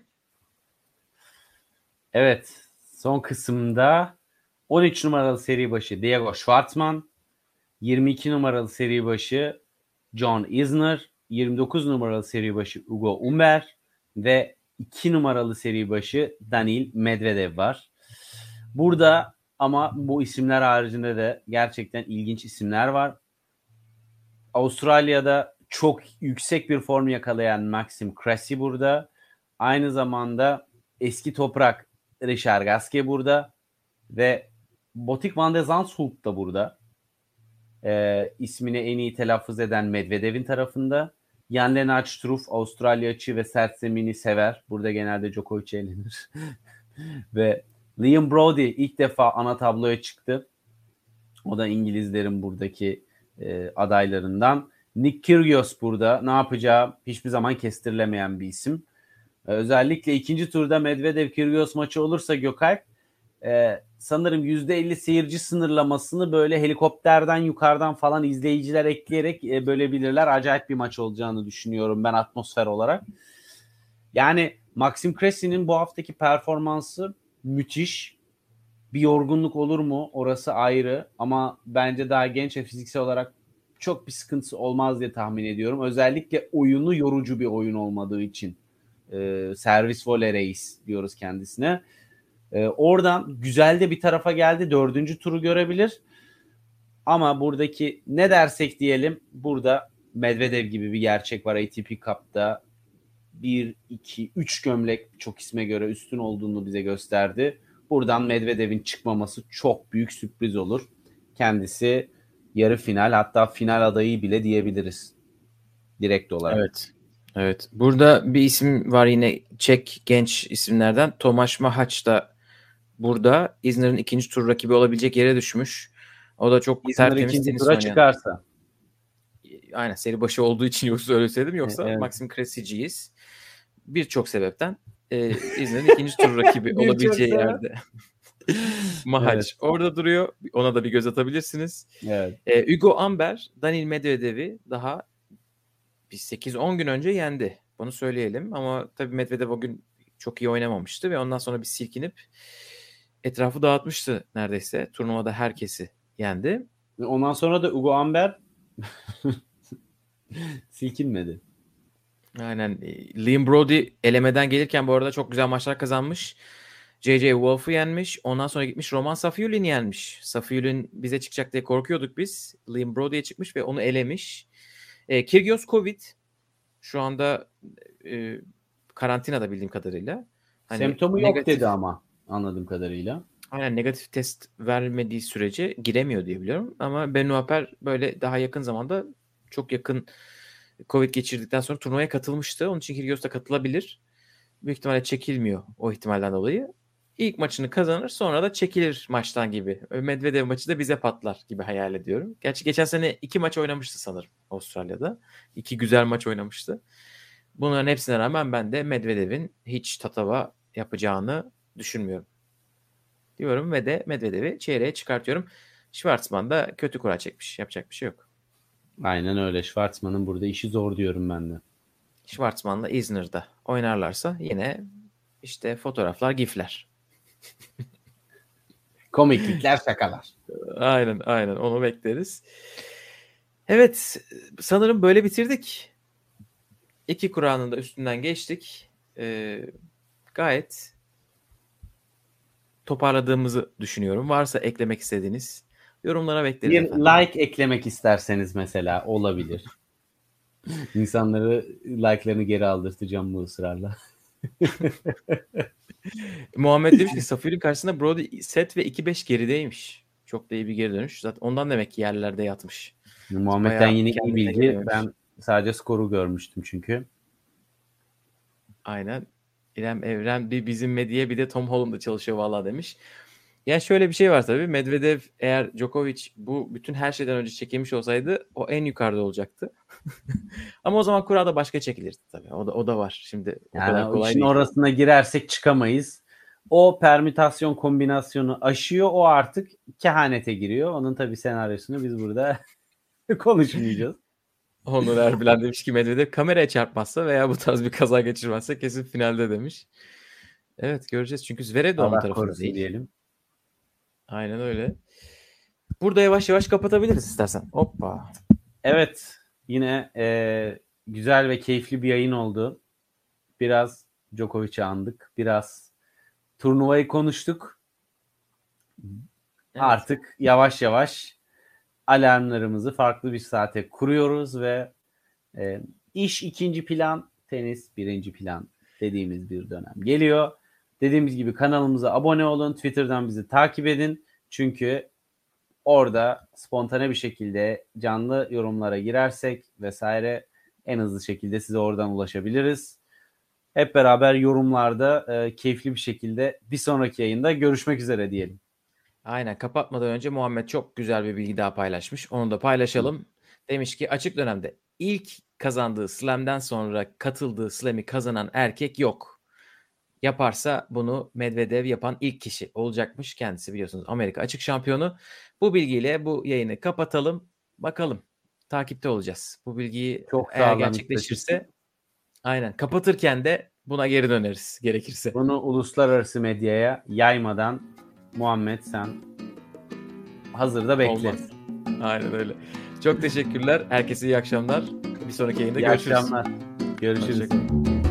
Evet. Son kısımda on üç numaralı seri başı Diego Schwartzman, yirmi iki numaralı seri başı John Isner, yirmi dokuz numaralı seri başı Ugo Umber ve iki numaralı seri başı Daniil Medvedev var. Burada ama bu isimler haricinde de gerçekten ilginç isimler var. Avustralya'da çok yüksek bir form yakalayan Maxim Cressy burada. Aynı zamanda eski toprak Richard Gasquet burada ve Botic van de Zandschulp da burada. Ee, ismini en iyi telaffuz eden Medvedev'in tarafında. Jan-Lennart Struff Avustralya açı ve sert zemini sever. Burada genelde Djokovic eğlenir. Ve Liam Brody ilk defa ana tabloya çıktı. O da İngilizlerin buradaki e, adaylarından. Nick Kyrgios burada. Ne yapacağı hiçbir zaman kestirilemeyen bir isim. Ee, özellikle ikinci turda Medvedev Kyrgios maçı olursa Gökalp e, sanırım yüzde elli seyirci sınırlamasını böyle helikopterden yukarıdan falan izleyiciler ekleyerek e, bölebilirler. Acayip bir maç olacağını düşünüyorum ben atmosfer olarak. Yani Maxim Cressy bu haftaki performansı müthiş. Bir yorgunluk olur mu? Orası ayrı. Ama bence daha genç ve fiziksel olarak çok bir sıkıntısı olmaz diye tahmin ediyorum. Özellikle oyunu yorucu bir oyun olmadığı için. Ee, servis voley reis diyoruz kendisine. Ee, oradan güzel de bir tarafa geldi. Dördüncü turu görebilir. Ama buradaki ne dersek diyelim, burada Medvedev gibi bir gerçek var. A T P Cup'ta bir, iki, üç gömlek çok isme göre üstün olduğunu bize gösterdi. Buradan Medvedev'in çıkmaması çok büyük sürpriz olur. Kendisi yarı final, hatta final adayı bile diyebiliriz. Direkt olarak. Evet. Evet. Burada bir isim var yine Çek genç isimlerden. Tomasz Machac da burada. Isner'ın ikinci tur rakibi olabilecek yere düşmüş. O da çok Isner tertemiz ikinci tenis tura oynayan. çıkarsa. Aynen, seri başı olduğu için yoksa öyle söyledim. Yoksa Evet. Maxim Cressy birçok sebepten e, Isner'ın ikinci tur rakibi Birçok olabileceği sebep. yerde. Mahac Evet. orada duruyor. Ona da bir göz atabilirsiniz. Evet. E, Hugo Amber, Daniil Medvedev'i daha bir sekiz on gün önce yendi. Bunu söyleyelim. Ama tabii Medvedev o gün çok iyi oynamamıştı ve ondan sonra bir silkinip etrafı dağıtmıştı neredeyse. Turnuvada herkesi yendi. Ondan sonra da Hugo Amber silkinmedi. Aynen. Liam Brody elemeden gelirken bu arada çok güzel maçlar kazanmış. J J Wolf'u yenmiş. Ondan sonra gitmiş Roman Safiulin'i yenmiş. Safiulin bize çıkacak diye korkuyorduk biz. Liam Brody'ye çıkmış ve onu elemiş. E, Kyrgios Covid şu anda e, karantinada bildiğim kadarıyla. Hani Semptomu yok negatif, dedi ama anladığım kadarıyla. aynen negatif test vermediği sürece giremiyor diye biliyorum. Ama Benu Aper böyle daha yakın zamanda çok yakın Covid geçirdikten sonra turnuvaya katılmıştı. Onun için Kyrgios da katılabilir. Büyük ihtimalle çekilmiyor o ihtimalden dolayı. İlk maçını kazanır, sonra da çekilir maçtan gibi. Medvedev maçı da bize patlar gibi hayal ediyorum. Gerçi geçen sene iki maç oynamıştı sanırım Avustralya'da. İki güzel maç oynamıştı. Bunların hepsine rağmen ben de Medvedev'in hiç tatava yapacağını düşünmüyorum. Diyorum ve de Medvedev'i çeyreğe çıkartıyorum. Schwartzman da kötü kura çekmiş. Yapacak bir şey yok. Aynen öyle. Schwartzman'ın burada işi zor diyorum ben de. Schwartzman'la Isner'da oynarlarsa yine işte fotoğraflar, gifler. Komiklikler, şakalar. Aynen aynen onu bekleriz. Evet, sanırım böyle bitirdik. İki Kur'an'ın da üstünden geçtik. Ee, gayet toparladığımızı düşünüyorum. Varsa eklemek istediğiniz yorumlara bekleriz Bir efendim. like eklemek isterseniz mesela olabilir. İnsanları like'larını geri aldırtacağım bu ısrarla. Muhammed demiş ki Safir'in karşısında Brody set ve iki beş gerideymiş. Çok da iyi bir geri dönüş. Zaten ondan demek ki yerlerde yatmış. Muhammed'den Bayağı yine iyi kendine bilgi. gelememiş. Ben sadece skoru görmüştüm çünkü. Aynen. İrem Evren bir bizim Medi'ye bir de Tom Holland'da çalışıyor vallahi demiş. Yani şöyle bir şey var tabii. Medvedev eğer Djokovic bu bütün her şeyden önce çekilmiş olsaydı o en yukarıda olacaktı. Ama o zaman kura da başka çekilirdi tabii. O da o da var. Şimdi o Yani kadar o kolay işin değil. orasına girersek çıkamayız. O permütasyon kombinasyonu aşıyor. O artık kehanete giriyor. Onun tabii senaryosunu biz burada konuşmayacağız. Onur Erbilen demiş ki Medvedev kameraya çarpmazsa veya bu tarz bir kaza geçirmezse kesin finalde demiş. Evet, göreceğiz. Çünkü Zverev de onun Allah tarafında korusun değil. diyelim. Aynen öyle. Burada yavaş yavaş kapatabiliriz istersen. Hoppa. Evet. Yine e, güzel ve keyifli bir yayın oldu. Biraz Djokovic'i andık. Biraz turnuvayı konuştuk. Evet. Artık yavaş yavaş alarmlarımızı farklı bir saate kuruyoruz ve e, iş ikinci plan, tenis birinci plan dediğimiz bir dönem geliyor. Dediğimiz gibi kanalımıza abone olun. Twitter'dan bizi takip edin. Çünkü orada spontane bir şekilde canlı yorumlara girersek vesaire en hızlı şekilde size oradan ulaşabiliriz. Hep beraber yorumlarda e, keyifli bir şekilde bir sonraki yayında görüşmek üzere diyelim. Aynen, kapatmadan önce Muhammed çok güzel bir bilgi daha paylaşmış. Onu da paylaşalım. Demiş ki açık dönemde ilk kazandığı slam'den sonra katıldığı slam'i kazanan erkek yok. yaparsa bunu Medvedev yapan ilk kişi olacakmış. Kendisi biliyorsunuz Amerika açık şampiyonu. Bu bilgiyle bu yayını kapatalım. Bakalım. Takipte olacağız. Bu bilgiyi Çok eğer sağlam gerçekleşirse istatistik. aynen kapatırken de buna geri döneriz gerekirse. Bunu uluslararası medyaya yaymadan Muhammed sen hazırda bekle. Olmaz. Aynen öyle. Çok teşekkürler. Herkese iyi akşamlar. Bir sonraki yayında İyi görüşürüz. akşamlar. Görüşürüz. Hoşçakalın.